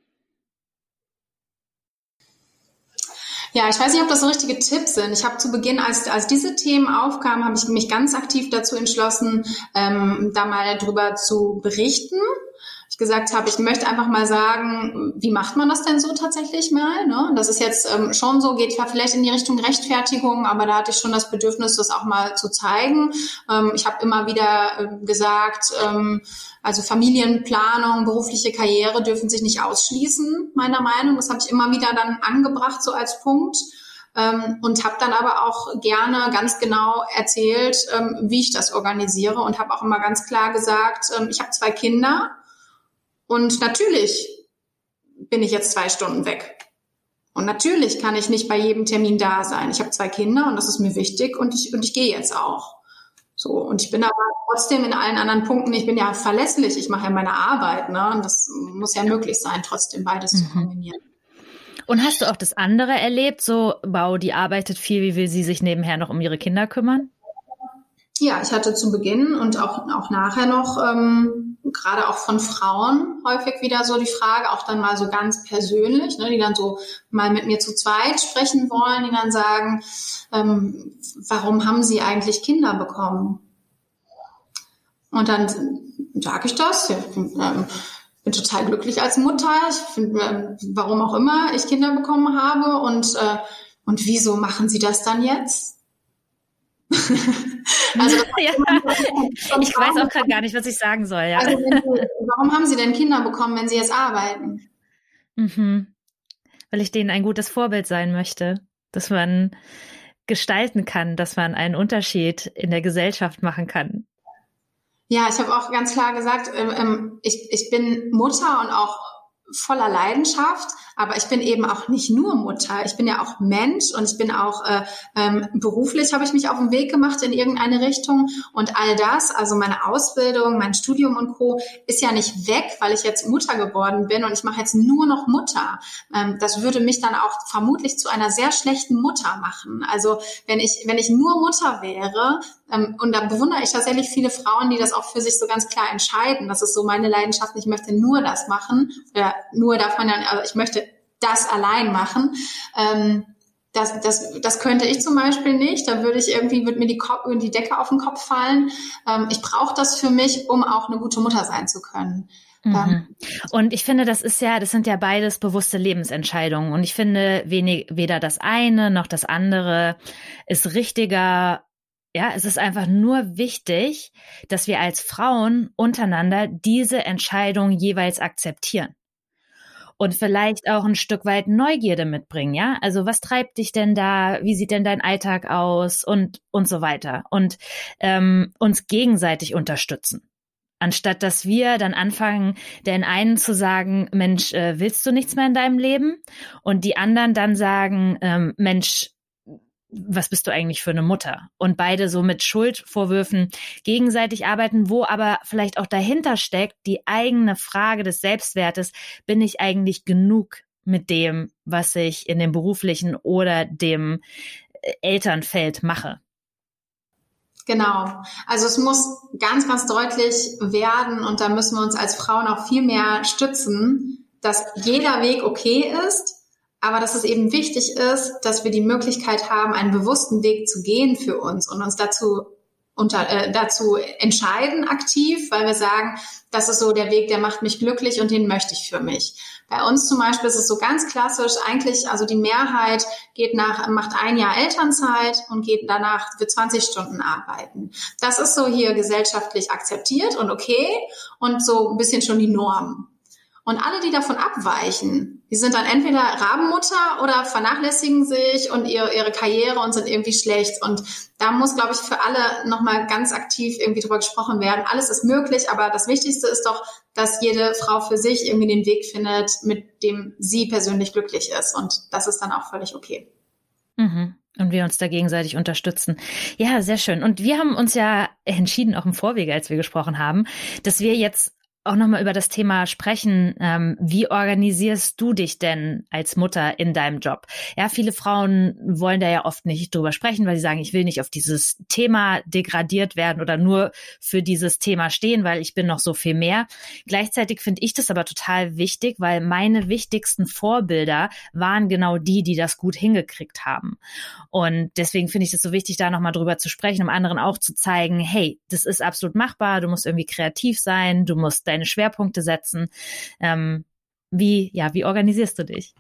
Ja, ich weiß nicht, ob das so richtige Tipps sind. Ich habe zu Beginn, als diese Themen aufkamen, habe ich mich ganz aktiv dazu entschlossen, da mal drüber zu berichten. Ich gesagt habe, ich möchte einfach mal sagen, wie macht man das denn so tatsächlich mal? Ne? Das ist jetzt schon so, geht ja vielleicht in die Richtung Rechtfertigung, aber da hatte ich schon das Bedürfnis, das auch mal zu zeigen. Ich habe immer wieder gesagt, also Familienplanung, berufliche Karriere dürfen sich nicht ausschließen, meiner Meinung. Das habe ich immer wieder dann angebracht, so als Punkt. Und habe dann aber auch gerne ganz genau erzählt, wie ich das organisiere und habe auch immer ganz klar gesagt, ich habe 2 Kinder. Und natürlich bin ich jetzt 2 Stunden weg. Und natürlich kann ich nicht bei jedem Termin da sein. Ich habe 2 Kinder und das ist mir wichtig und ich gehe jetzt auch. So, und ich bin aber trotzdem in allen anderen Punkten, ich bin ja verlässlich, ich mache ja meine Arbeit, ne? Und das muss ja möglich sein, trotzdem beides zu kombinieren. Und hast du auch das andere erlebt, so, wow, die arbeitet viel, wie will sie sich nebenher noch um ihre Kinder kümmern? Ja, ich hatte zu Beginn und auch nachher noch, gerade auch von Frauen häufig wieder so die Frage, auch dann mal so ganz persönlich, ne, die dann so mal mit mir zu zweit sprechen wollen, die dann sagen, warum haben sie eigentlich Kinder bekommen? Und dann sage ich das, ja, bin total glücklich als Mutter, ich finde, warum auch immer ich Kinder bekommen habe und wieso machen sie das dann jetzt? Also ja, ich weiß auch gerade gar nicht, was ich sagen soll. Ja. Also warum haben Sie denn Kinder bekommen, wenn Sie jetzt arbeiten? Weil ich denen ein gutes Vorbild sein möchte, dass man gestalten kann, dass man einen Unterschied in der Gesellschaft machen kann. Ja, ich habe auch ganz klar gesagt, ich bin Mutter und auch voller Leidenschaft, aber ich bin eben auch nicht nur Mutter, ich bin ja auch Mensch und ich bin auch beruflich habe ich mich auf den Weg gemacht in irgendeine Richtung und all das, also meine Ausbildung, mein Studium und Co. ist ja nicht weg, weil ich jetzt Mutter geworden bin und ich mache jetzt nur noch Mutter. Das würde mich dann auch vermutlich zu einer sehr schlechten Mutter machen. Also wenn ich nur Mutter wäre, und da bewundere ich tatsächlich viele Frauen, die das auch für sich so ganz klar entscheiden. Das ist so meine Leidenschaft, ich möchte nur das machen. Oder nur darf man ja, also ich möchte das allein machen. Das könnte ich zum Beispiel nicht. Da würde mir die Decke auf den Kopf fallen. Ich brauche das für mich, um auch eine gute Mutter sein zu können. Und ich finde, das sind ja beides bewusste Lebensentscheidungen. Und ich finde, weder das eine noch das andere ist richtiger. Ja, es ist einfach nur wichtig, dass wir als Frauen untereinander diese Entscheidung jeweils akzeptieren. Und vielleicht auch ein Stück weit Neugierde mitbringen, ja? Also was treibt dich denn da? Wie sieht denn dein Alltag aus? Und so weiter. Und uns gegenseitig unterstützen. Anstatt dass wir dann anfangen, den einen zu sagen, Mensch, willst du nichts mehr in deinem Leben? Und die anderen dann sagen, Mensch, was bist du eigentlich für eine Mutter? Und beide so mit Schuldvorwürfen gegenseitig arbeiten, wo aber vielleicht auch dahinter steckt die eigene Frage des Selbstwertes, bin ich eigentlich genug mit dem, was ich in dem beruflichen oder dem Elternfeld mache? Genau. Also es muss ganz, ganz deutlich werden und da müssen wir uns als Frauen auch viel mehr stützen, dass jeder Weg okay ist, aber dass es eben wichtig ist, dass wir die Möglichkeit haben, einen bewussten Weg zu gehen für uns und uns dazu dazu entscheiden aktiv, weil wir sagen, das ist so der Weg, der macht mich glücklich und den möchte ich für mich. Bei uns zum Beispiel ist es so ganz klassisch, eigentlich, also die Mehrheit macht ein Jahr Elternzeit und geht danach für 20 Stunden arbeiten. Das ist so hier gesellschaftlich akzeptiert und okay und so ein bisschen schon die Norm. Und alle, die davon abweichen, die sind dann entweder Rabenmutter oder vernachlässigen sich und ihre Karriere und sind irgendwie schlecht. Und da muss, glaube ich, für alle nochmal ganz aktiv irgendwie drüber gesprochen werden. Alles ist möglich, aber das Wichtigste ist doch, dass jede Frau für sich irgendwie den Weg findet, mit dem sie persönlich glücklich ist. Und das ist dann auch völlig okay. Mhm. Und wir uns da gegenseitig unterstützen. Ja, sehr schön. Und wir haben uns ja entschieden, auch im Vorwege, als wir gesprochen haben, dass wir jetzt auch nochmal über das Thema sprechen. Wie organisierst du dich denn als Mutter in deinem Job? Ja, viele Frauen wollen da ja oft nicht drüber sprechen, weil sie sagen, ich will nicht auf dieses Thema degradiert werden oder nur für dieses Thema stehen, weil ich bin noch so viel mehr. Gleichzeitig finde ich das aber total wichtig, weil meine wichtigsten Vorbilder waren genau die das gut hingekriegt haben. Und deswegen finde ich es so wichtig, da nochmal drüber zu sprechen, um anderen auch zu zeigen, hey, das ist absolut machbar, du musst irgendwie kreativ sein, du musst deine Schwerpunkte setzen. Wie organisierst du dich?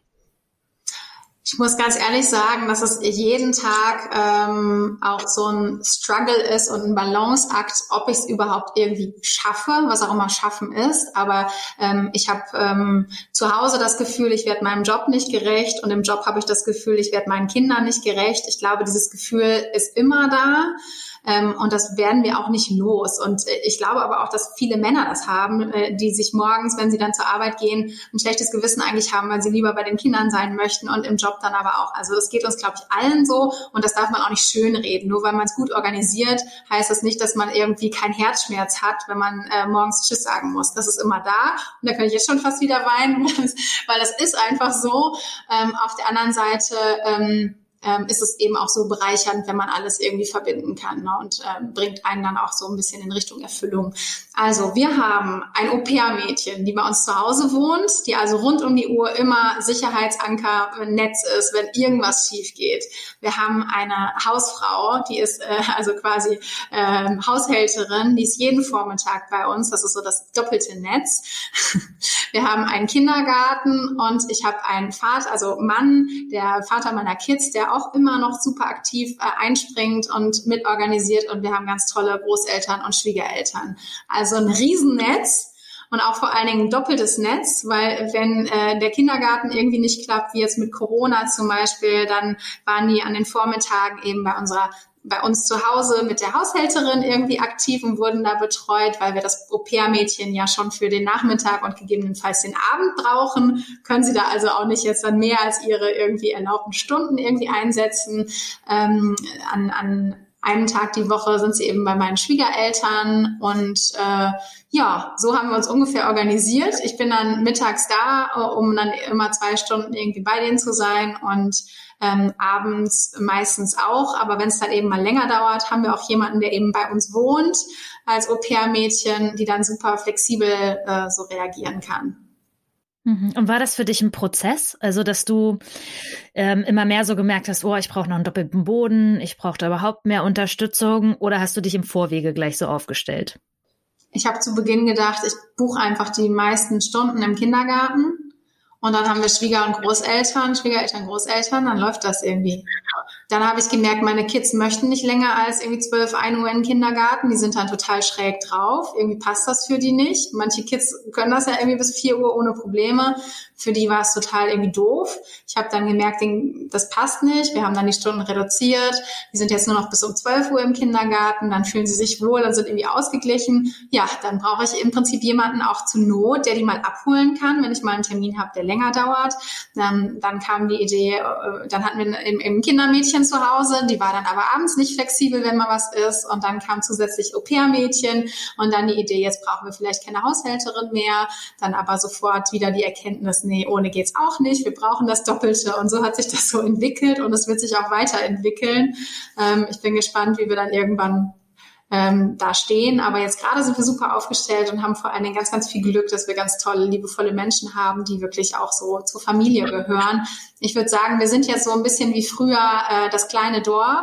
Ich muss ganz ehrlich sagen, dass es jeden Tag auch so ein Struggle ist und ein Balanceakt, ob ich es überhaupt irgendwie schaffe, was auch immer schaffen ist. Aber ich habe zu Hause das Gefühl, ich werde meinem Job nicht gerecht und im Job habe ich das Gefühl, ich werde meinen Kindern nicht gerecht. Ich glaube, dieses Gefühl ist immer da. Und das werden wir auch nicht los. Und ich glaube aber auch, dass viele Männer das haben, die sich morgens, wenn sie dann zur Arbeit gehen, ein schlechtes Gewissen eigentlich haben, weil sie lieber bei den Kindern sein möchten und im Job dann aber auch. Also das geht uns, glaube ich, allen so und das darf man auch nicht schönreden. Nur weil man es gut organisiert, heißt das nicht, dass man irgendwie keinen Herzschmerz hat, wenn man morgens Tschüss sagen muss. Das ist immer da und da kann ich jetzt schon fast wieder weinen, weil das ist einfach so. Auf der anderen Seite ist es eben auch so bereichernd, wenn man alles irgendwie verbinden kann, ne? Und bringt einen dann auch so ein bisschen in Richtung Erfüllung. Also wir haben ein Au-pair-Mädchen, die bei uns zu Hause wohnt, die also rund um die Uhr immer Sicherheitsanker-Netz ist, wenn irgendwas schief geht. Wir haben eine Hausfrau, die ist also quasi Haushälterin, die ist jeden Vormittag bei uns. Das ist so das doppelte Netz. Wir haben einen Kindergarten und ich habe einen Vater, also Mann, der Vater meiner Kids, der auch immer noch super aktiv einspringt und mitorganisiert und wir haben ganz tolle Großeltern und Schwiegereltern. Also ein Riesennetz und auch vor allen Dingen ein doppeltes Netz, weil wenn der Kindergarten irgendwie nicht klappt, wie jetzt mit Corona zum Beispiel, dann waren die an den Vormittagen eben bei uns zu Hause mit der Haushälterin irgendwie aktiv und wurden da betreut, weil wir das Au-pair-Mädchen ja schon für den Nachmittag und gegebenenfalls den Abend brauchen, können sie da also auch nicht jetzt dann mehr als ihre irgendwie erlaubten Stunden irgendwie einsetzen. An einem Tag die Woche sind sie eben bei meinen Schwiegereltern und so haben wir uns ungefähr organisiert. Ich bin dann mittags da, um dann immer 2 Stunden irgendwie bei denen zu sein und abends meistens auch. Aber wenn es dann eben mal länger dauert, haben wir auch jemanden, der eben bei uns wohnt als Au-pair-Mädchen, die dann super flexibel so reagieren kann. Und war das für dich ein Prozess? Also, dass du immer mehr so gemerkt hast, ich brauche noch einen doppelten Boden, ich brauche da überhaupt mehr Unterstützung, oder hast du dich im Vorwege gleich so aufgestellt? Ich habe zu Beginn gedacht, ich buche einfach die meisten Stunden im Kindergarten und dann haben wir Schwiegereltern, Großeltern, dann läuft das irgendwie. Dann habe ich gemerkt, meine Kids möchten nicht länger als irgendwie 12, 1 Uhr in den Kindergarten. Die sind dann total schräg drauf. Irgendwie passt das für die nicht. Manche Kids können das ja irgendwie bis 4 Uhr ohne Probleme. Für die war es total irgendwie doof. Ich habe dann gemerkt, das passt nicht. Wir haben dann die Stunden reduziert. Die sind jetzt nur noch bis um 12 Uhr im Kindergarten. Dann fühlen sie sich wohl und sind irgendwie ausgeglichen. Ja, dann brauche ich im Prinzip jemanden auch zur Not, der die mal abholen kann, wenn ich mal einen Termin habe, der länger dauert. Dann kam die Idee, dann hatten wir im Kindermädchen zu Hause, die war dann aber abends nicht flexibel, wenn mal was ist, und dann kam zusätzlich Au-pair-Mädchen und dann die Idee, jetzt brauchen wir vielleicht keine Haushälterin mehr, dann aber sofort wieder die Erkenntnis, nee, ohne geht's auch nicht, wir brauchen das Doppelte, und so hat sich das so entwickelt und es wird sich auch weiterentwickeln. Ich bin gespannt, wie wir dann irgendwann da stehen, aber jetzt gerade sind wir super aufgestellt und haben vor allen Dingen ganz, ganz viel Glück, dass wir ganz tolle, liebevolle Menschen haben, die wirklich auch so zur Familie gehören. Ich würde sagen, wir sind jetzt so ein bisschen wie früher das kleine Dorf,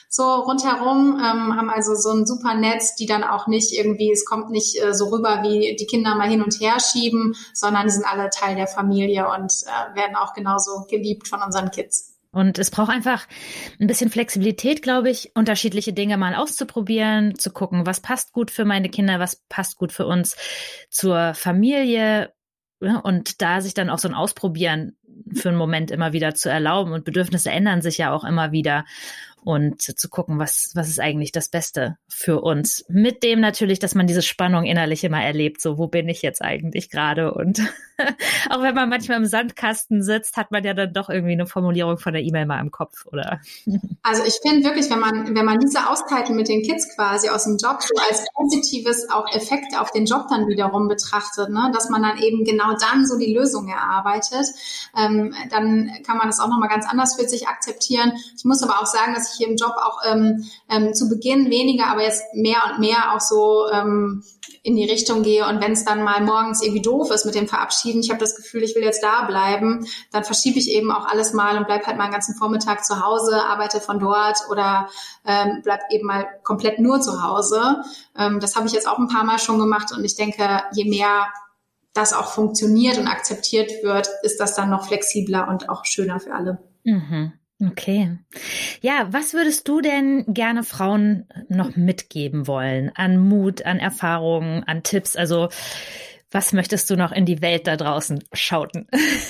so rundherum, haben also so ein super Netz, die dann auch nicht irgendwie, es kommt nicht so rüber, wie die Kinder mal hin und her schieben, sondern die sind alle Teil der Familie und werden auch genauso geliebt von unseren Kids. Und es braucht einfach ein bisschen Flexibilität, glaube ich, unterschiedliche Dinge mal auszuprobieren, zu gucken, was passt gut für meine Kinder, was passt gut für uns zur Familie, ja, und da sich dann auch so ein Ausprobieren für einen Moment immer wieder zu erlauben. Und Bedürfnisse ändern sich ja auch immer wieder. Und zu gucken, was ist eigentlich das Beste für uns. Mit dem natürlich, dass man diese Spannung innerlich immer erlebt. So, wo bin ich jetzt eigentlich gerade? Und auch wenn man manchmal im Sandkasten sitzt, hat man ja dann doch irgendwie eine Formulierung von der E-Mail mal im Kopf, oder? Also ich finde wirklich, wenn man diese Auszeiten mit den Kids quasi aus dem Job so als positives auch Effekt auf den Job dann wiederum betrachtet, ne, dass man dann eben genau dann so die Lösung erarbeitet, dann kann man das auch nochmal ganz anders für sich akzeptieren. Ich muss aber auch sagen, dass ich hier im Job auch zu Beginn weniger, aber jetzt mehr und mehr auch so in die Richtung gehe und wenn es dann mal morgens irgendwie doof ist mit dem Verabschieden, ich habe das Gefühl, ich will jetzt da bleiben, dann verschiebe ich eben auch alles mal und bleib halt mal den ganzen Vormittag zu Hause, arbeite von dort oder bleib eben mal komplett nur zu Hause. Das habe ich jetzt auch ein paar Mal schon gemacht und ich denke, je mehr das auch funktioniert und akzeptiert wird, ist das dann noch flexibler und auch schöner für alle. Mhm. Okay. Ja, was würdest du denn gerne Frauen noch mitgeben wollen an Mut, an Erfahrungen, an Tipps? Also was möchtest du noch in die Welt da draußen schauten?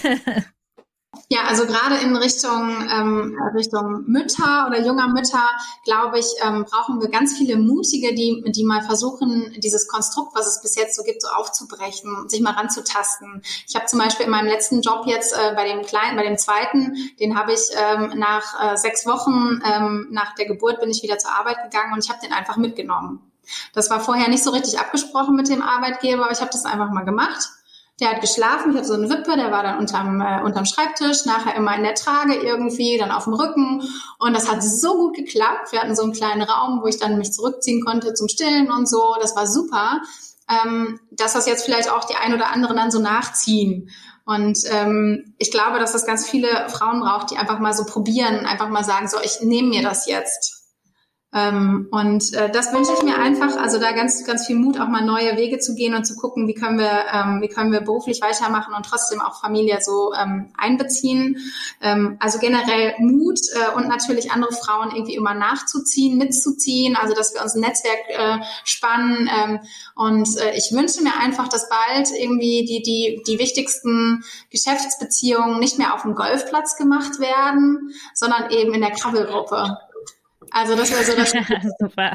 Ja, also gerade in Richtung Mütter oder junger Mütter, glaube ich, brauchen wir ganz viele Mutige, die mal versuchen, dieses Konstrukt, was es bis jetzt so gibt, so aufzubrechen, sich mal ranzutasten. Ich habe zum Beispiel in meinem letzten Job jetzt bei dem zweiten, den habe ich nach 6 Wochen nach der Geburt bin ich wieder zur Arbeit gegangen und ich habe den einfach mitgenommen. Das war vorher nicht so richtig abgesprochen mit dem Arbeitgeber, aber ich habe das einfach mal gemacht. Der hat geschlafen, ich hatte so eine Wippe, der war dann unterm Schreibtisch, nachher immer in der Trage irgendwie, dann auf dem Rücken und das hat so gut geklappt. Wir hatten so einen kleinen Raum, wo ich dann mich zurückziehen konnte zum Stillen und so, das war super, dass das jetzt vielleicht auch die ein oder anderen dann so nachziehen. Und ich glaube, dass das ganz viele Frauen braucht, die einfach mal so probieren, einfach mal sagen, so, ich nehme mir das jetzt. Das wünsche ich mir einfach, also da ganz, ganz viel Mut, auch mal neue Wege zu gehen und zu gucken, wie können wir beruflich weitermachen und trotzdem auch Familie so einbeziehen. Also generell Mut und natürlich andere Frauen irgendwie immer nachzuziehen, mitzuziehen, also dass wir uns ein Netzwerk spannen. Ich wünsche mir einfach, dass bald irgendwie die wichtigsten Geschäftsbeziehungen nicht mehr auf dem Golfplatz gemacht werden, sondern eben in der Krabbelgruppe. Also das wäre so das. Super.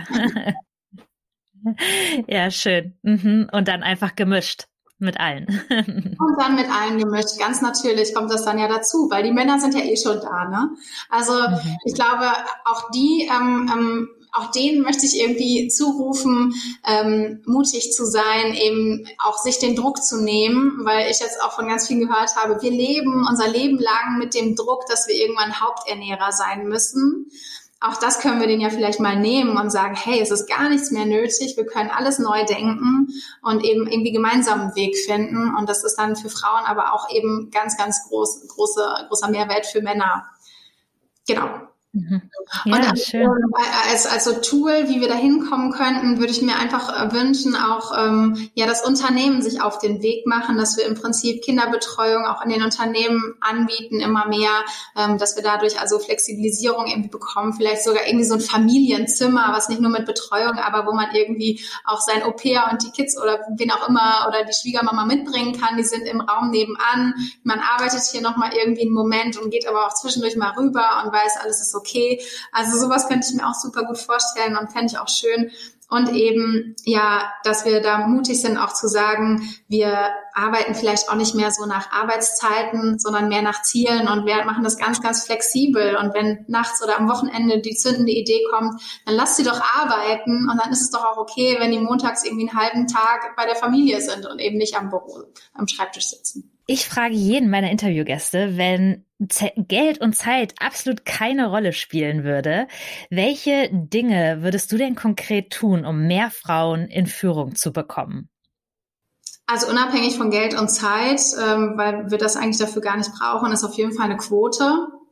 Ja, schön. Und dann einfach gemischt mit allen. Und dann mit allen gemischt. Ganz natürlich kommt das dann ja dazu, weil die Männer sind ja eh schon da, ne? Also ich glaube, auch denen möchte ich irgendwie zurufen, mutig zu sein, eben auch sich den Druck zu nehmen, weil ich jetzt auch von ganz vielen gehört habe, wir leben unser Leben lang mit dem Druck, dass wir irgendwann Haupternährer sein müssen. Auch das können wir denen ja vielleicht mal nehmen und sagen, hey, es ist gar nichts mehr nötig, wir können alles neu denken und eben irgendwie gemeinsam einen Weg finden. Und das ist dann für Frauen aber auch eben ganz, ganz großer Mehrwert für Männer. Genau. Ja, und schön. Als so Tool, wie wir da hinkommen könnten, würde ich mir einfach wünschen, auch das Unternehmen sich auf den Weg machen, dass wir im Prinzip Kinderbetreuung auch in den Unternehmen anbieten, immer mehr, dass wir dadurch also Flexibilisierung irgendwie bekommen, vielleicht sogar irgendwie so ein Familienzimmer, was nicht nur mit Betreuung, aber wo man irgendwie auch sein Au-pair und die Kids oder wen auch immer oder die Schwiegermama mitbringen kann, die sind im Raum nebenan, man arbeitet hier nochmal irgendwie einen Moment und geht aber auch zwischendurch mal rüber und weiß, alles ist okay. Also sowas könnte ich mir auch super gut vorstellen und fände ich auch schön. Und eben, ja, dass wir da mutig sind, auch zu sagen, wir arbeiten vielleicht auch nicht mehr so nach Arbeitszeiten, sondern mehr nach Zielen und wir machen das ganz, ganz flexibel. Und wenn nachts oder am Wochenende die zündende Idee kommt, dann lasst sie doch arbeiten und dann ist es doch auch okay, wenn die montags irgendwie einen halben Tag bei der Familie sind und eben nicht am Schreibtisch sitzen. Ich frage jeden meiner Interviewgäste, wenn Geld und Zeit absolut keine Rolle spielen würde, welche Dinge würdest du denn konkret tun, um mehr Frauen in Führung zu bekommen? Also unabhängig von Geld und Zeit, weil wir das eigentlich dafür gar nicht brauchen, ist auf jeden Fall eine Quote.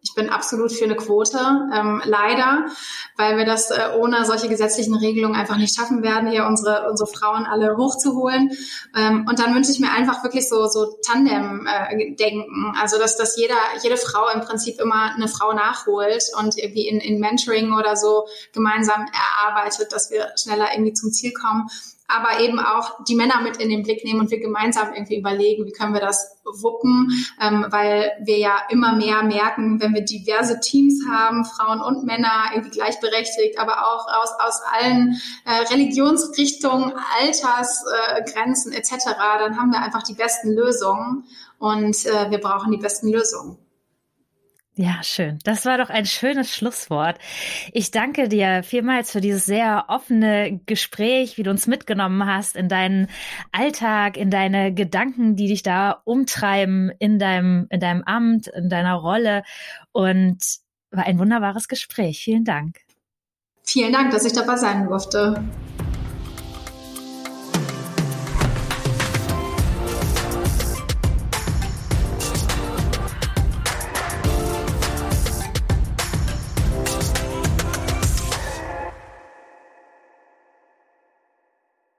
Ich bin absolut für eine Quote, leider, weil wir das ohne solche gesetzlichen Regelungen einfach nicht schaffen werden, hier unsere Frauen alle hochzuholen. Und dann wünsche ich mir einfach wirklich so Tandem-Denken, also dass jede Frau im Prinzip immer eine Frau nachholt und irgendwie in Mentoring oder so gemeinsam erarbeitet, dass wir schneller irgendwie zum Ziel kommen. Aber eben auch die Männer mit in den Blick nehmen und wir gemeinsam irgendwie überlegen, wie können wir das wuppen, weil wir ja immer mehr merken, wenn wir diverse Teams haben, Frauen und Männer, irgendwie gleichberechtigt, aber auch aus allen Religionsrichtungen, Altersgrenzen etc., dann haben wir einfach die besten Lösungen und wir brauchen die besten Lösungen. Ja, schön. Das war doch ein schönes Schlusswort. Ich danke dir vielmals für dieses sehr offene Gespräch, wie du uns mitgenommen hast in deinen Alltag, in deine Gedanken, die dich da umtreiben in deinem Amt, in deiner Rolle. Und war ein wunderbares Gespräch. Vielen Dank. Vielen Dank, dass ich dabei sein durfte.